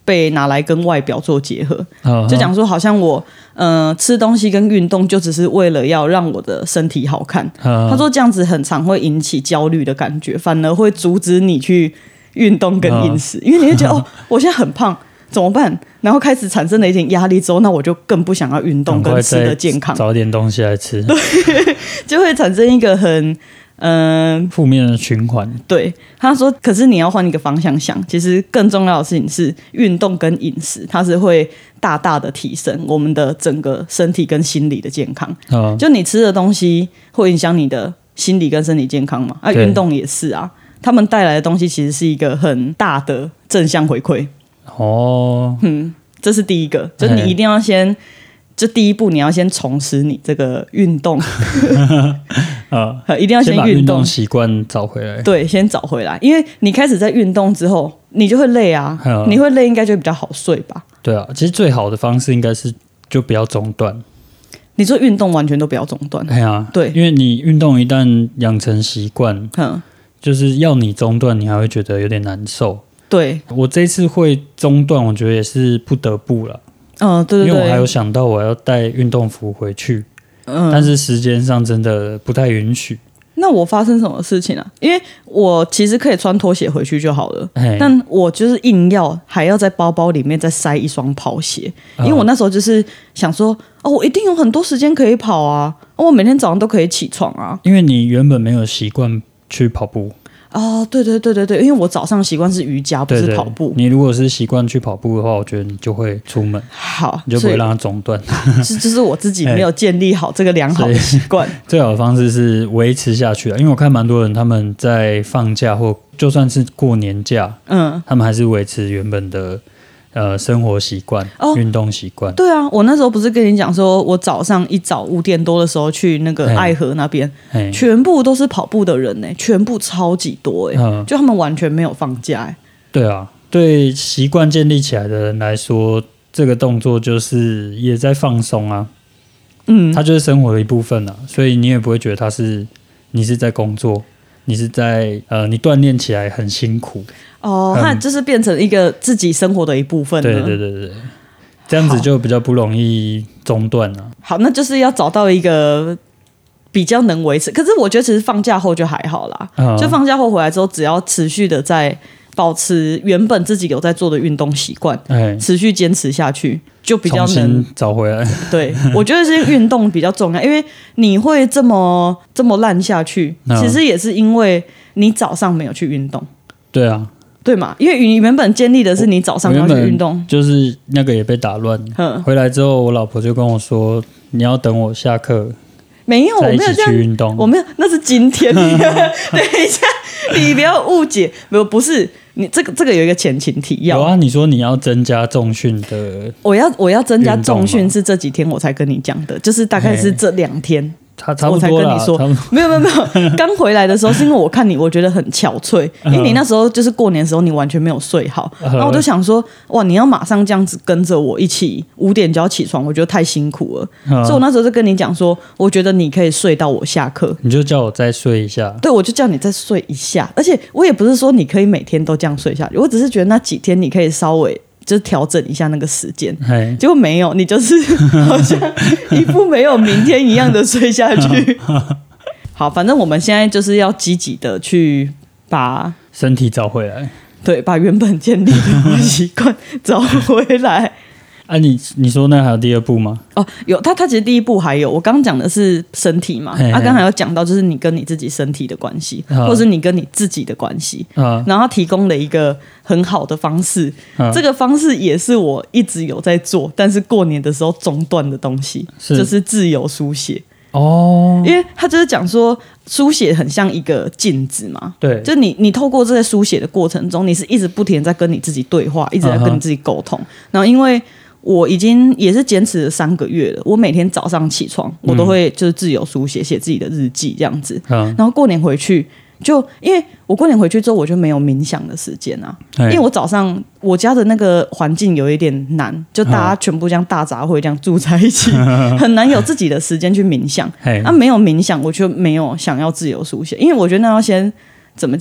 Speaker 2: 被拿来跟外表做结合，嗯、就讲说好像我呃吃东西跟运动就只是为了要让我的身体好看。嗯、他说这样子很常会引起焦虑的感觉，反而会阻止你去运动跟饮食，嗯、因为你会觉得哦，我现在很胖。怎么办？然后开始产生了一点压力之后，那我就更不想要运动跟吃的健康，
Speaker 1: 找点东西来吃，
Speaker 2: 对，就会产生一个很嗯、呃、
Speaker 1: 负面的循环。
Speaker 2: 对，他说，可是你要换一个方向想，其实更重要的事情是运动跟饮食，它是会大大的提升我们的整个身体跟心理的健康。嗯、就你吃的东西会影响你的心理跟身体健康嘛？啊，运动也是啊，他们带来的东西其实是一个很大的正向回馈。哦，嗯，这是第一个，就是你一定要先，就第一步你要先重拾你这个运动，啊，一定要先运动，
Speaker 1: 先把运动习惯找回来。
Speaker 2: 对，先找回来，因为你开始在运动之后，你就会累啊，嗯、你会累，应该就比较好睡吧？
Speaker 1: 对啊，其实最好的方式应该是就不要中断。
Speaker 2: 你说运动完全都不要中断？
Speaker 1: 对啊，对，因为你运动一旦养成习惯，嗯，就是要你中断，你还会觉得有点难受。对，我这次会中断，我觉得也是不得不了。嗯，对对对，因为我还有想到我要带运动服回去，嗯，但是时间上真的不太允许。
Speaker 2: 那我发生什么事情啊？因为我其实可以穿拖鞋回去就好了，但我就是硬要还要在包包里面再塞一双跑鞋，因为我那时候就是想说，哦，我一定有很多时间可以跑啊，哦，我每天早上都可以起床啊。
Speaker 1: 因为你原本没有习惯去跑步。
Speaker 2: 哦，对对对对对，因为我早上习惯是瑜伽，不是跑步。
Speaker 1: 对对，你如果是习惯去跑步的话，我觉得你就会出门，
Speaker 2: 好，
Speaker 1: 你就不会让它中断。
Speaker 2: 是，就是我自己没有建立好这个良好的习惯。
Speaker 1: 最好的方式是维持下去，因为我看蛮多人他们在放假或就算是过年假，嗯，他们还是维持原本的。呃，生活习惯、哦、运动习惯。
Speaker 2: 对啊，我那时候不是跟你讲说，我早上一早五点多的时候去那个爱河那边，全部都是跑步的人呢，全部超级多哎、嗯，就他们完全没有放假哎。
Speaker 1: 对啊，对习惯建立起来的人来说，这个动作就是也在放松啊，嗯，它就是生活的一部分啊，所以你也不会觉得它是你是在工作。你是在呃，你锻炼起来很辛苦
Speaker 2: 哦，它就是变成一个自己生活的一部分了。
Speaker 1: 对对对对，这样子就比较不容易中断了。
Speaker 2: 好，那就是要找到一个比较能维持。可是我觉得其实放假后就还好啦，嗯、就放假后回来之后，只要持续的在保持原本自己有在做的运动习惯，哎、持续坚持下去，就比较能
Speaker 1: 找回来。
Speaker 2: 对，我觉得是运动比较重要，因为你会这么这么烂下去，其实也是因为你早上没有去运动。
Speaker 1: 对啊，
Speaker 2: 对嘛？因为你原本建立的是你早上要去运动，
Speaker 1: 就是那个也被打乱。回来之后，我老婆就跟我说：“你要等我下课。”
Speaker 2: 没有，我没有这样
Speaker 1: 运动，
Speaker 2: 我没有，那是今天。等一下，你不要误解，不不是你这个这个有一个前情提要。
Speaker 1: 有啊，你说你要增加重训的，
Speaker 2: 我要我要增加重训是这几天我才跟你讲的，就是大概是这两天。
Speaker 1: 他差不多啦，
Speaker 2: 我才跟你说，没有没有没有，刚回来的时候是因为我看你，我觉得很憔悴，因为你那时候就是过年的时候，你完全没有睡好，然后我就想说，哇，你要马上这样子跟着我一起五点就要起床，我觉得太辛苦了，所以我那时候就跟你讲说，我觉得你可以睡到我下课，
Speaker 1: 你就叫我再睡一下，
Speaker 2: 对，我就叫你再睡一下，而且我也不是说你可以每天都这样睡下去，我只是觉得那几天你可以稍微。就是调整一下那个时间，结果没有，你就是好像一副没有明天一样的睡下去。好，反正我们现在就是要积极的去把
Speaker 1: 身体找回来，
Speaker 2: 对，把原本建立的习惯找回来。
Speaker 1: 啊你，你说那还有第二步吗？
Speaker 2: 哦，有，他他其实第一步还有，我刚刚讲的是身体嘛，他刚才有讲到就是你跟你自己身体的关系，或者是你跟你自己的关系，然后他提供了一个很好的方式，这个方式也是我一直有在做，但是过年的时候中断的东西，是就是自由书写。哦，因为他就是讲说，书写很像一个镜子嘛，对，就你你透过这些书写的过程中，你是一直不停在跟你自己对话，一直在跟你自己沟通，然后因为。我已经也是坚持了三个月了。我每天早上起床，我都会就是自由书写，写自己的日记这样子。嗯、然后过年回去，就因为我过年回去之后，我就没有冥想的时间啊。因为我早上我家的那个环境有一点难，就大家全部这样大杂烩这样住在一起，很难有自己的时间去冥想。啊，没有冥想，我就没有想要自由书写，因为我觉得那要先怎么讲。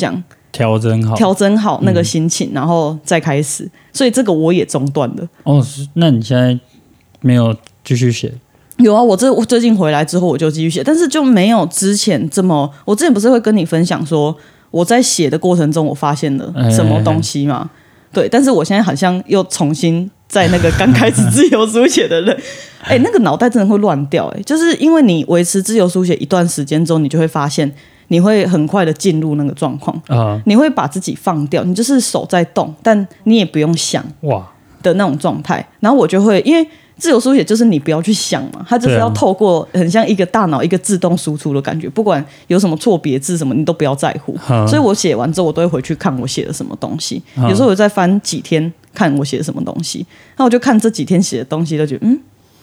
Speaker 1: 调整好
Speaker 2: 调整好那个心情，嗯、然后再开始。所以这个我也中断了。
Speaker 1: 哦，那你现在没有继续写？
Speaker 2: 有啊，我这我最近回来之后我就继续写，但是就没有之前这么。我之前不是会跟你分享说我在写的过程中我发现了什么东西吗？欸欸欸对，但是我现在好像又重新在那个刚开始自由书写的人，哎、欸，那个脑袋真的会乱掉、欸，哎，就是因为你维持自由书写一段时间之后，你就会发现你会很快的进入那个状况啊，你会把自己放掉，你就是手在动，但你也不用想哇的那种状态，然后我就会因为。自由书写就是你不要去想嘛，它就是要透过很像一个大脑一个自动输出的感觉，不管有什么错别字什么，你都不要在乎。所以我写完之后，我都会回去看我写的什么东西。有时候我再翻几天看我写的什么东西，那我就看这几天写的东西，都觉得嗯，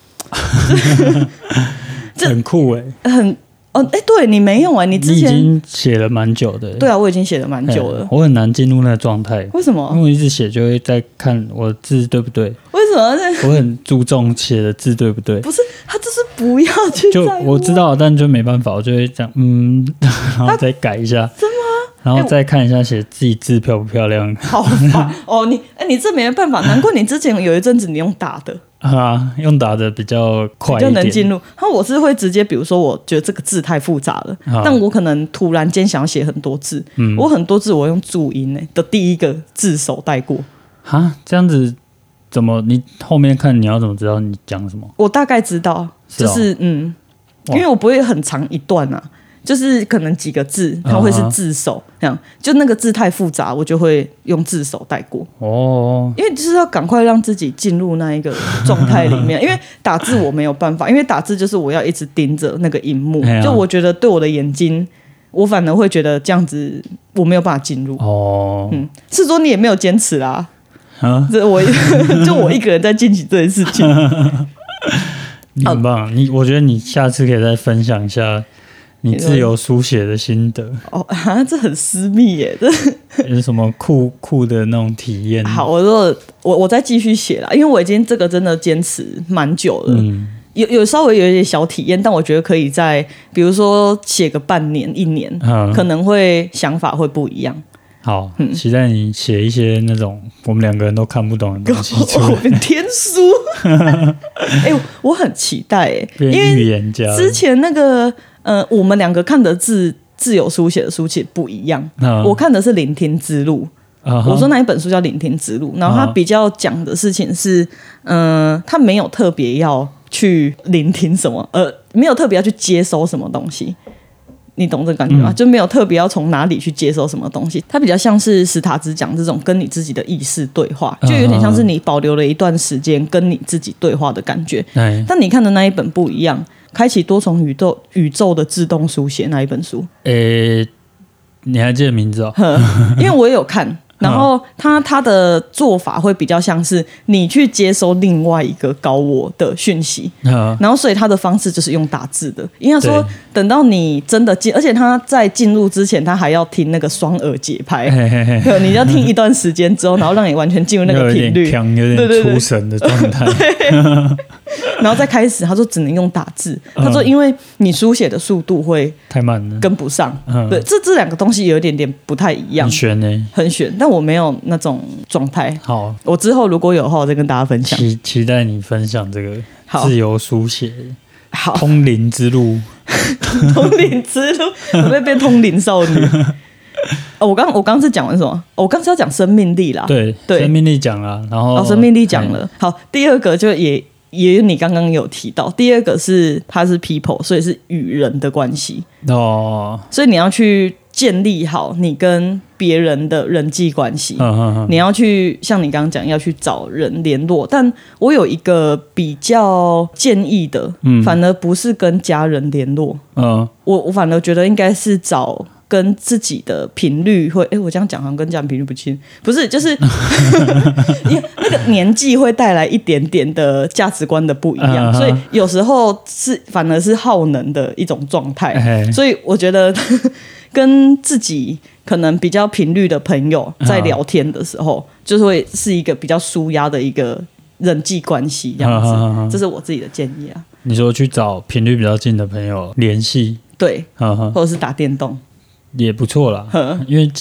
Speaker 1: 很酷哎、
Speaker 2: 欸，很。哦，哎，对你没有哎、欸，你之前
Speaker 1: 你已经写了蛮久的。
Speaker 2: 对啊，我已经写了蛮久了。
Speaker 1: 我很难进入那个状态。
Speaker 2: 为什么？
Speaker 1: 因为我一直写就会在看我字对不对。
Speaker 2: 为什么？
Speaker 1: 我很注重写的字对不对。
Speaker 2: 不是，他就是不要去在乎。
Speaker 1: 就我知道，但就没办法，我就会这样，嗯，然后再改一下。
Speaker 2: 真吗？
Speaker 1: 然后再看一下写自己字漂不漂亮。
Speaker 2: 好烦哦，你哎，你这没办法，难怪你之前有一阵子你用打的。
Speaker 1: 啊，用打的比较快一点，
Speaker 2: 比较能进入。然后我是会直接，比如说，我觉得这个字太复杂了，啊、但我可能突然间想要写很多字，嗯、我很多字我用注音呢的第一个字首带过。哈，
Speaker 1: 这样子怎么？你后面看你要怎么知道你讲什么？
Speaker 2: 我大概知道，就是、哦、嗯，因为我不会很长一段啊。就是可能几个字，它会是字首，这样就那个字太复杂，我就会用字首带过。哦，因为就是要赶快让自己进入那一个状态里面。因为打字我没有办法，因为打字就是我要一直盯着那个荧幕，就我觉得对我的眼睛，我反而会觉得这样子我没有办法进入。哦，嗯，是说你也没有坚持啦。啊，这我就我一个人在进行这件事情。
Speaker 1: 你很棒，你我觉得你下次可以再分享一下。你自由书写的心得
Speaker 2: 哦啊，这很私密耶，这
Speaker 1: 有什么酷酷的那种体验？
Speaker 2: 好，我说我我再继续写啦，因为我已经这个真的坚持蛮久了，嗯，有有稍微有一点小体验，但我觉得可以在比如说写个半年一年，嗯、可能会想法会不一样。
Speaker 1: 好，嗯、期待你写一些那种我们两个人都看不懂的东西出来。
Speaker 2: 我天书，哎、欸，我很期待哎，
Speaker 1: 因为预言家
Speaker 2: 之前那个。呃，我们两个看的字自由书写的书其实不一样。Uh-huh. 我看的是《聆听之路》，uh-huh. 我说那一本书叫《聆听之路》，然后他比较讲的事情是，嗯、呃，他没有特别要去聆听什么，呃，没有特别要去接收什么东西。你懂这个感觉吗？嗯、就没有特别要从哪里去接收什么东西，它比较像是史塔兹讲这种跟你自己的意识对话，就有点像是你保留了一段时间跟你自己对话的感觉。Uh-huh. 但你看的那一本不一样。开启多重宇宙宇宙的自动书写那一本书？
Speaker 1: 呃、欸，你还记得名字哦？
Speaker 2: 因为我也有看，然后他他的做法会比较像是你去接收另外一个高我的讯息，然后所以他的方式就是用打字的。因为他说等到你真的进，而且他在进入之前，他还要听那个双耳节拍，嘿嘿嘿你要听一段时间之后，然后让你完全进入那个频率，
Speaker 1: 有点出神的状态。
Speaker 2: 然后再开始，他说只能用打字。他说因为你书写的速度会
Speaker 1: 太慢了，
Speaker 2: 跟不上。嗯、对，这这两个东西有一点点不太一样，
Speaker 1: 很悬呢、欸，
Speaker 2: 很悬。但我没有那种状态。
Speaker 1: 好，
Speaker 2: 我之后如果有的话，我再跟大家分享。
Speaker 1: 期期待你分享这个自由书写，好，通灵之路，
Speaker 2: 通灵之路，我会变通灵少女。哦，我刚我刚是讲完什么？哦、我刚是要讲生命力啦。
Speaker 1: 对，对生命力讲了，然后
Speaker 2: 哦，生命力讲了。好，第二个就也。也你刚刚有提到，第二个是它是 people， 所以是与人的关系哦，所以你要去建立好你跟别人的人际关系，嗯嗯嗯，你要去像你刚刚讲要去找人联络，但我有一个比较建议的，嗯、反而不是跟家人联络，嗯，我我反而觉得应该是找。跟自己的频率会，哎，我这样讲好像跟这样频率不清，不是，就是因为那个年纪会带来一点点的价值观的不一样， uh-huh. 所以有时候是反而是耗能的一种状态， uh-huh. 所以我觉得跟自己可能比较频率的朋友在聊天的时候， uh-huh. 就是会是一个比较抒压的一个人际关系这样子， uh-huh. 这是我自己的建议啊。
Speaker 1: 你说去找频率比较近的朋友联系，
Speaker 2: 对，
Speaker 1: uh-huh.
Speaker 2: 或者是打电动。
Speaker 1: 也不错啦，因为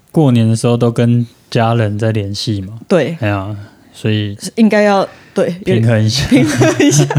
Speaker 1: 过年的时候都跟家人在联系嘛。
Speaker 2: 对，
Speaker 1: 哎呀，所以
Speaker 2: 应该要对
Speaker 1: 平衡一下，
Speaker 2: 平衡一下。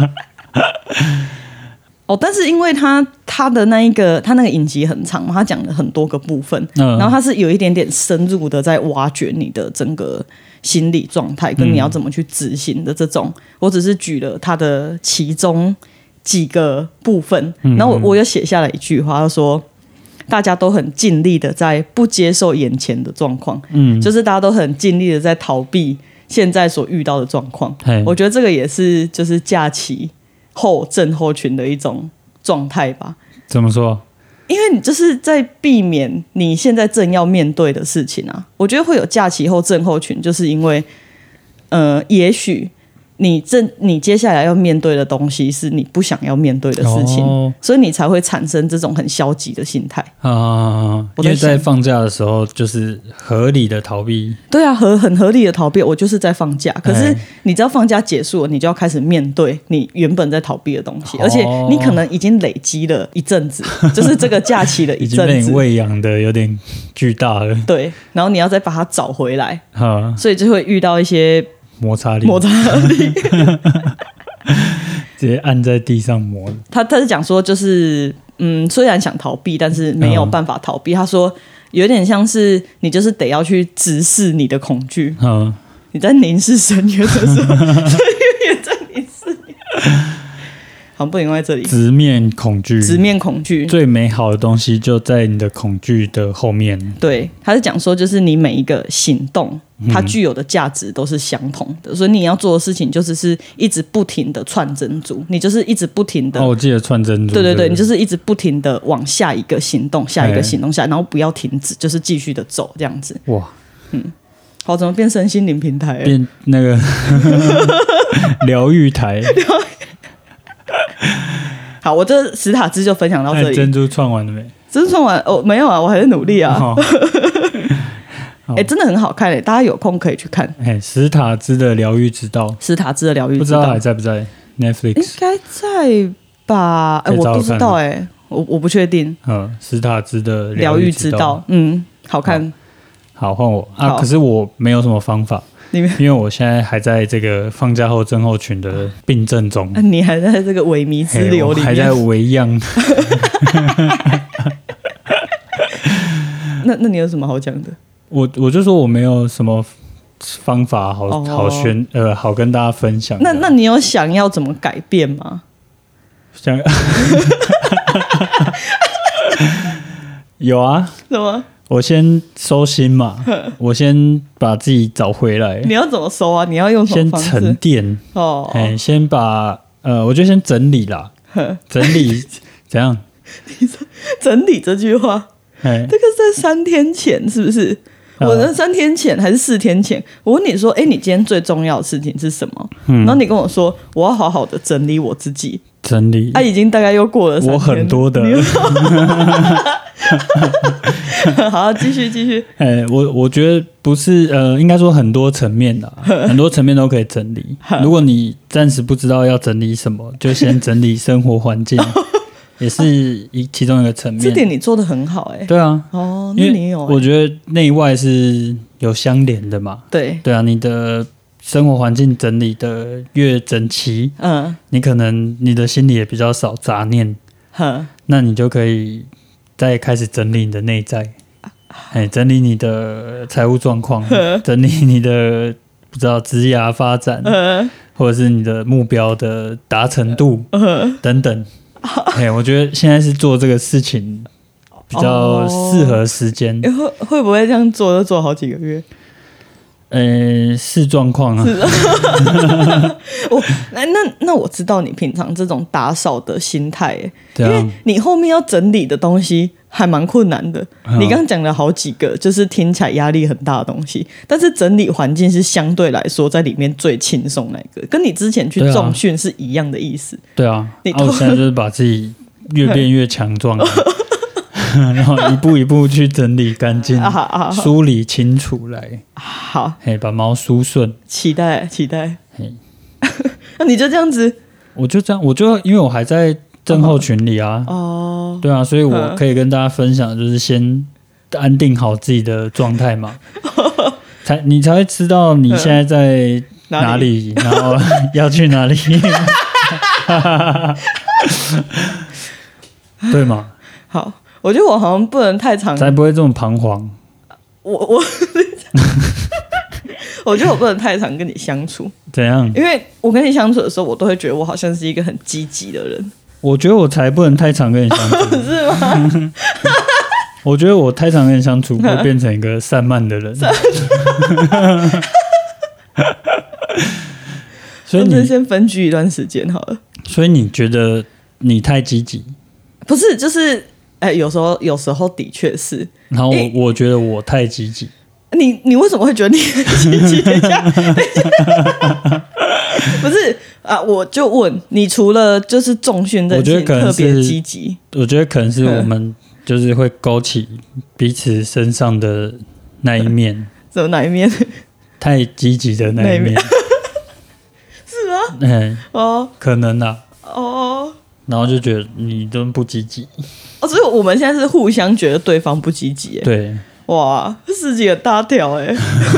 Speaker 2: 哦，但是因为他他的那一个他那个影集很长嘛，他讲了很多个部分，嗯、然后他是有一点点深入的在挖掘你的整个心理状态，跟你要怎么去执行的这种。嗯、我只是举了他的其中几个部分，嗯、然后我我有写下了一句话，他说大家都很尽力的在不接受眼前的状况，嗯，就是大家都很尽力的在逃避现在所遇到的状况。我觉得这个也是就是假期后症候群的一种状态吧。
Speaker 1: 怎么说？
Speaker 2: 因为你就是在避免你现在正要面对的事情啊。我觉得会有假期后症候群，就是因为呃，也许你正你接下来要面对的东西是你不想要面对的事情，哦、所以你才会产生这种很消极的心态
Speaker 1: 啊。因为在放假的时候就是合理的逃避，
Speaker 2: 对啊，合很合理的逃避。我就是在放假，可是你知道放假结束了，你就要开始面对你原本在逃避的东西，哦、而且你可能已经累积了一阵子，就是这个假期的一阵子，
Speaker 1: 已经被你喂养的有点巨大了。
Speaker 2: 对，然后你要再把它找回来，所以就会遇到一些。
Speaker 1: 摩擦力，
Speaker 2: 摩擦力，
Speaker 1: 直接按在地上磨。
Speaker 2: 他他是讲说，就是嗯，虽然想逃避，但是没有办法逃避。嗯、他说，有点像是你就是得要去直视你的恐惧。嗯，你在凝视深渊的时候，深渊也在凝视你。好，不能在这里。
Speaker 1: 直面恐惧，
Speaker 2: 直面恐惧，
Speaker 1: 最美好的东西就在你的恐惧的后面。
Speaker 2: 对，他是讲说，就是你每一个行动。它具有的价值都是相同的，所以你要做的事情就是是一直不停的串珍珠，你就是一直不停的。
Speaker 1: 哦，我记得串珍珠。
Speaker 2: 对对对，你就是一直不停的往下一个行动，下一个行动下，然后不要停止，就是继续的走这样子。哇，嗯，好，怎么变身心灵平台？
Speaker 1: 变那个疗愈台。
Speaker 2: 好，我这史塔兹就分享到这里。
Speaker 1: 珍珠串完了没？
Speaker 2: 珍珠串完哦，没有啊，我还在努力啊。哦哎、欸，真的很好看嘞！大家有空可以去看。哎、
Speaker 1: 欸，史塔兹的疗愈之道，
Speaker 2: 史塔兹的疗愈之道，
Speaker 1: 不知道还在不在 Netflix？
Speaker 2: 应该在吧？哎、欸，我不知道哎、欸，我我不确定。
Speaker 1: 嗯，史塔兹的
Speaker 2: 疗愈之道，嗯，好看。
Speaker 1: 好，换我啊！可是我没有什么方法，因为我现在还在这个放假后症候群的病症中。
Speaker 2: 啊、你还在这个萎靡之流里面，
Speaker 1: 还在为恙。
Speaker 2: 那那你有什么好讲的？
Speaker 1: 我我就说我没有什么方法好、oh. 好宣呃好跟大家分享。
Speaker 2: 那那你有想要怎么改变吗？
Speaker 1: 想有啊？
Speaker 2: 什么？
Speaker 1: 我先收心嘛，我先把自己找回来。
Speaker 2: 你要怎么收啊？你要用什么方式？
Speaker 1: 先沉淀哦，哎、oh. 欸，先把呃，我就先整理啦，整理怎样？
Speaker 2: 你说整理这句话，这个在三天前是不是？我在三天前还是四天前，我问你说：“哎、欸，你今天最重要的事情是什么？”嗯、然后你跟我说：“我要好好的整理我自己。”
Speaker 1: 整理，
Speaker 2: 啊，已经大概又过了三天，
Speaker 1: 我很多的。
Speaker 2: 好，继续继续。
Speaker 1: 哎、欸，我我觉得不是呃，应该说很多层面的，很多层面都可以整理。如果你暂时不知道要整理什么，就先整理生活环境。也是一其中一个层面，
Speaker 2: 这点你做得很好哎、欸。
Speaker 1: 对啊，
Speaker 2: 哦，那你有、欸？
Speaker 1: 我觉得内外是有相连的嘛。
Speaker 2: 对，
Speaker 1: 对啊，你的生活环境整理的越整齐，嗯，你可能你的心里也比较少杂念，哼，那你就可以再开始整理你的内在，哎，整理你的财务状况，整理你的不知道职业发展，或者是你的目标的达成度等等。欸、我觉得现在是做这个事情比较适合时间、
Speaker 2: 哦欸。会会不会这样做就做好几个月？
Speaker 1: 呃，视状况啊。
Speaker 2: 我那那那我知道你平常这种打扫的心态、欸，
Speaker 1: 对啊、
Speaker 2: 因为你后面要整理的东西还蛮困难的。嗯、你刚刚讲了好几个，就是听起来压力很大的东西，但是整理环境是相对来说在里面最轻松那个，跟你之前去重训是一样的意思。
Speaker 1: 对啊，你、啊、我现在就是把自己越变越强壮。然后一步一步去整理干净，啊啊、梳理清楚来。
Speaker 2: 好，
Speaker 1: 嘿，把毛梳顺。
Speaker 2: 期待，期待。嘿，那你就这样子？
Speaker 1: 我就这样，我就因为我还在症候群里啊。哦。对啊，所以我可以跟大家分享，就是先安定好自己的状态嘛，才你才会知道你现在在哪里，哪里然后要去哪里，对吗？
Speaker 2: 好，我觉得我好像不能太长，
Speaker 1: 才不会这么彷徨。
Speaker 2: 我我。我觉得我不能太常跟你相处，
Speaker 1: 怎样？
Speaker 2: 因为我跟你相处的时候，我都会觉得我好像是一个很积极的人。
Speaker 1: 我觉得我才不能太常跟你相处，
Speaker 2: 是吗？
Speaker 1: 我觉得我太常跟你相处，会变成一个散漫的人。所以你
Speaker 2: 先分居一段时间好了。
Speaker 1: 所以你觉得你太积极？
Speaker 2: 不是，就是哎、欸，有时候有时候的确是。
Speaker 1: 然后我、
Speaker 2: 欸、
Speaker 1: 我觉得我太积极。
Speaker 2: 你你为什么会觉得你很积极？等一下，等一下，不是啊，我就问你，除了就是重训这件事特别积极，
Speaker 1: 我觉得可能是我们就是会勾起彼此身上的那一面。
Speaker 2: 什么哪一面？
Speaker 1: 太积极的那一面。
Speaker 2: 是吗？
Speaker 1: 嗯，
Speaker 2: 哦，
Speaker 1: 可能啊。
Speaker 2: 哦，
Speaker 1: 然后就觉得你都不积极。
Speaker 2: 哦，所以我们现在是互相觉得对方不积极。
Speaker 1: 对。
Speaker 2: 哇，事情很大条哎！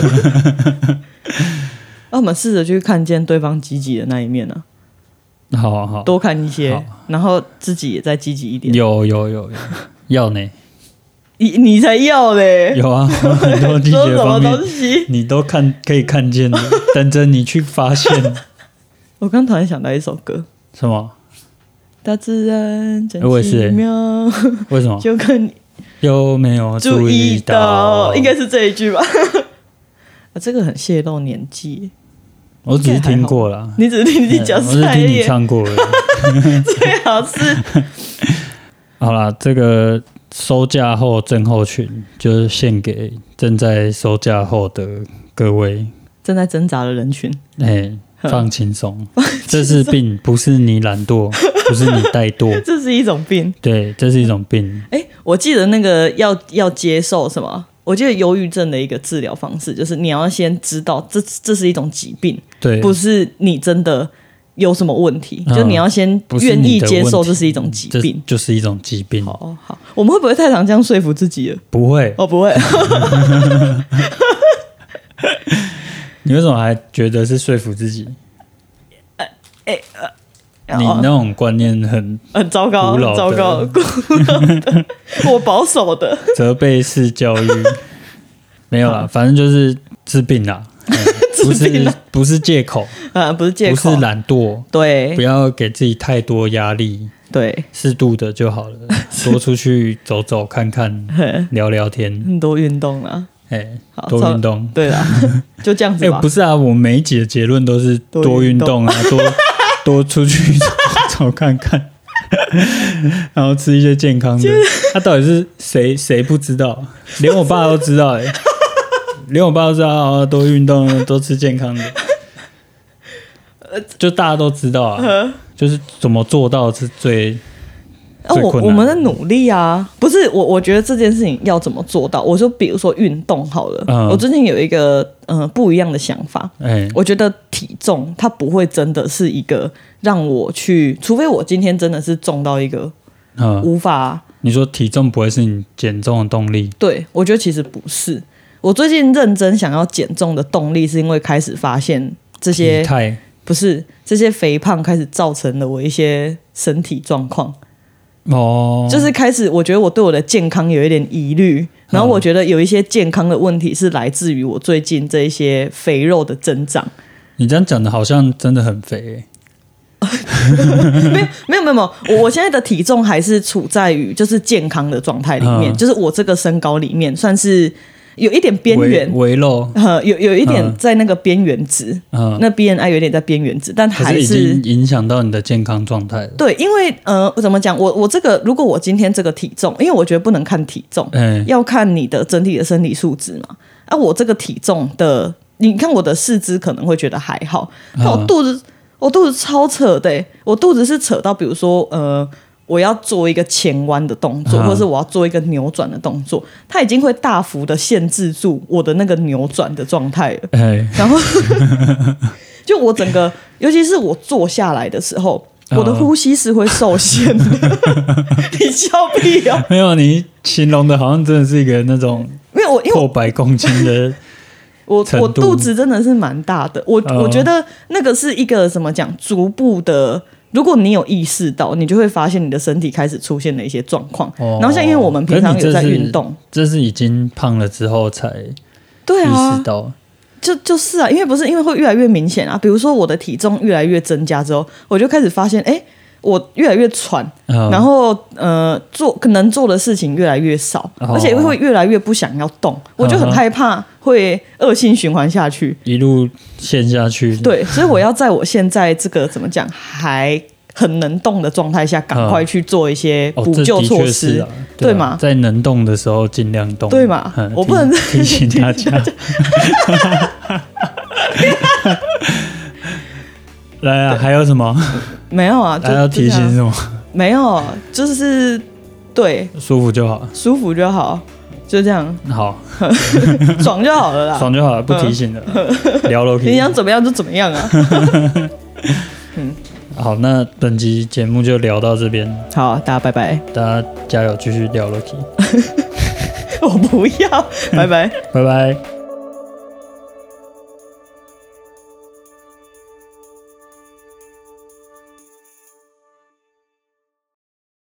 Speaker 2: 那我们试着去看见对方积极的那一面呢、
Speaker 1: 啊。好好，
Speaker 2: 多看一些，然后自己也再积极一点。
Speaker 1: 有有有有，要呢？
Speaker 2: 你你才要嘞！
Speaker 1: 有啊，很多积极的方面，
Speaker 2: 东西
Speaker 1: 你都看可以看见的，等着你去发现。
Speaker 2: 我刚突然想到一首歌，
Speaker 1: 什么？
Speaker 2: 大自然真
Speaker 1: 奇妙。为什么？
Speaker 2: 就跟你。
Speaker 1: 有没有注意到？
Speaker 2: 应该是这一句吧。啊，这个很泄露年纪。
Speaker 1: 我只是听过啦，
Speaker 2: 你只是听你讲，
Speaker 1: 我是听你唱过的。
Speaker 2: 最好是。
Speaker 1: 好啦，这个收假后症候群，就是献给正在收假后的各位，
Speaker 2: 正在挣扎的人群。
Speaker 1: 哎、欸，放轻松，这是病，不是你懒惰，不是你怠惰，
Speaker 2: 这是一种病。
Speaker 1: 对，这是一种病。
Speaker 2: 哎、欸，我记得那个要要接受什么？我记得忧郁症的一个治疗方式，就是你要先知道这这是一种疾病，
Speaker 1: 对，
Speaker 2: 不是你真的有什么问题，嗯、就你要先愿意接受这是一种疾病，
Speaker 1: 就是一种疾病。
Speaker 2: 好好，我们会不会太常这样说服自己了？
Speaker 1: 不会，
Speaker 2: 哦，不会。
Speaker 1: 你为什么还觉得是说服自己？
Speaker 2: 呃，哎、欸、呃，
Speaker 1: 你那种观念很
Speaker 2: 很糟糕，很糟糕，古老的，我保守的
Speaker 1: 责备式教育没有啦，反正就是治病啦，嗯、不是不是借口
Speaker 2: 啊，不是借口，
Speaker 1: 不是懒惰，
Speaker 2: 对，
Speaker 1: 不要给自己太多压力，
Speaker 2: 对，
Speaker 1: 适度的就好了，多出去走走看看，聊聊天，
Speaker 2: 多运动啦。
Speaker 1: 哎、欸，多运动，
Speaker 2: 对啦，就这样子吧。
Speaker 1: 哎、欸，不是啊，我每一集的结论都是多运动啊，多多出去走走看看，然后吃一些健康的。他、啊、到底是谁谁不知道？连我爸都知道哎、欸，连我爸都知道啊，多运动，多吃健康的，就大家都知道啊，就是怎么做到是最。
Speaker 2: 啊、我我们在努力啊，不是我，我觉得这件事情要怎么做到？我说，比如说运动好了，嗯、我最近有一个嗯、呃、不一样的想法，欸、我觉得体重它不会真的是一个让我去，除非我今天真的是重到一个嗯无法，
Speaker 1: 你說體重不會是你減重的動力？
Speaker 2: 對，我覺得其實不是。我最近認真想要減重的動力，是因為開始發現這些不是這些肥胖開始造成了我一些身體狀況。哦，就是開始我覺得我對我的健康有一點疑慮，然後我覺得有一些健康的問題是來自於我最近這一些肥肉的增長。
Speaker 1: 你這樣講的好像真的很肥
Speaker 2: 欸。沒有沒有沒有，我我現在的體重還是處在於就是健康的狀態裡面，嗯、就是我這個身高裡面算是有一點邊緣
Speaker 1: 微肉、
Speaker 2: 呃，有有一點在那個邊緣值，嗯、那 B M I 有點在邊緣值，但還是，
Speaker 1: 是已經影響到你的健康狀態了。
Speaker 2: 對，因為呃，怎麼講？我我這個如果我今天這個體重，因為我覺得不能看體重，欸、要看你的整體的身體素質嘛。啊，我這個體重的，你看我的四肢可能會覺得還好，但我肚子。嗯我肚子超扯的、欸，我肚子是扯到，比如說，呃，我要做一個前彎的動作，啊、或者是我要做一個扭轉的動作，它已經會大幅的限制住我的那個扭轉的狀態了。欸、然後，就我整個，尤其是我坐下來的時候， 我的呼吸是会受限的。你笑屁哦！
Speaker 1: 没有，你形容的好像真的是一个那种，
Speaker 2: 因为我因为
Speaker 1: 破百公斤的
Speaker 2: 我我肚子真的是蛮大的，我、哦、我觉得那个是一个怎么讲，逐步的。如果你有意识到，你就会发现你的身体开始出现了一些状况。哦、然后像因为我们平常有在运动，
Speaker 1: 这是已经胖了之后才意识到。
Speaker 2: 啊、就就是啊，因为不是因为会越来越明显啊。比如说我的体重越来越增加之后，我就开始发现，哎，我越来越喘，哦、然后呃做可能做的事情越来越少，哦、而且会越来越不想要动，我就很害怕会恶性循环下去，
Speaker 1: 一路陷下去。
Speaker 2: 对，所以我要在我现在这个怎么讲还很能动的状态下，赶快去做一些补救措施，哦啊、对, 对吗？
Speaker 1: 在能动的时候尽量动，
Speaker 2: 对嘛？嗯、我不能
Speaker 1: 提醒大家。来啊，还有什么？
Speaker 2: 没有啊，
Speaker 1: 还要提醒什么？
Speaker 2: 没有，就是对，
Speaker 1: 舒服就好，
Speaker 2: 舒服就好，就这样。
Speaker 1: 好，
Speaker 2: 爽就好了啦，
Speaker 1: 爽就好了，不提醒了，聊了。
Speaker 2: 你想怎么样就怎么样啊。
Speaker 1: 嗯，好，那本集节目就聊到这边。
Speaker 2: 好，大家拜拜，
Speaker 1: 大家加油，继续聊 Loki。
Speaker 2: 我不要，拜拜，
Speaker 1: 拜拜。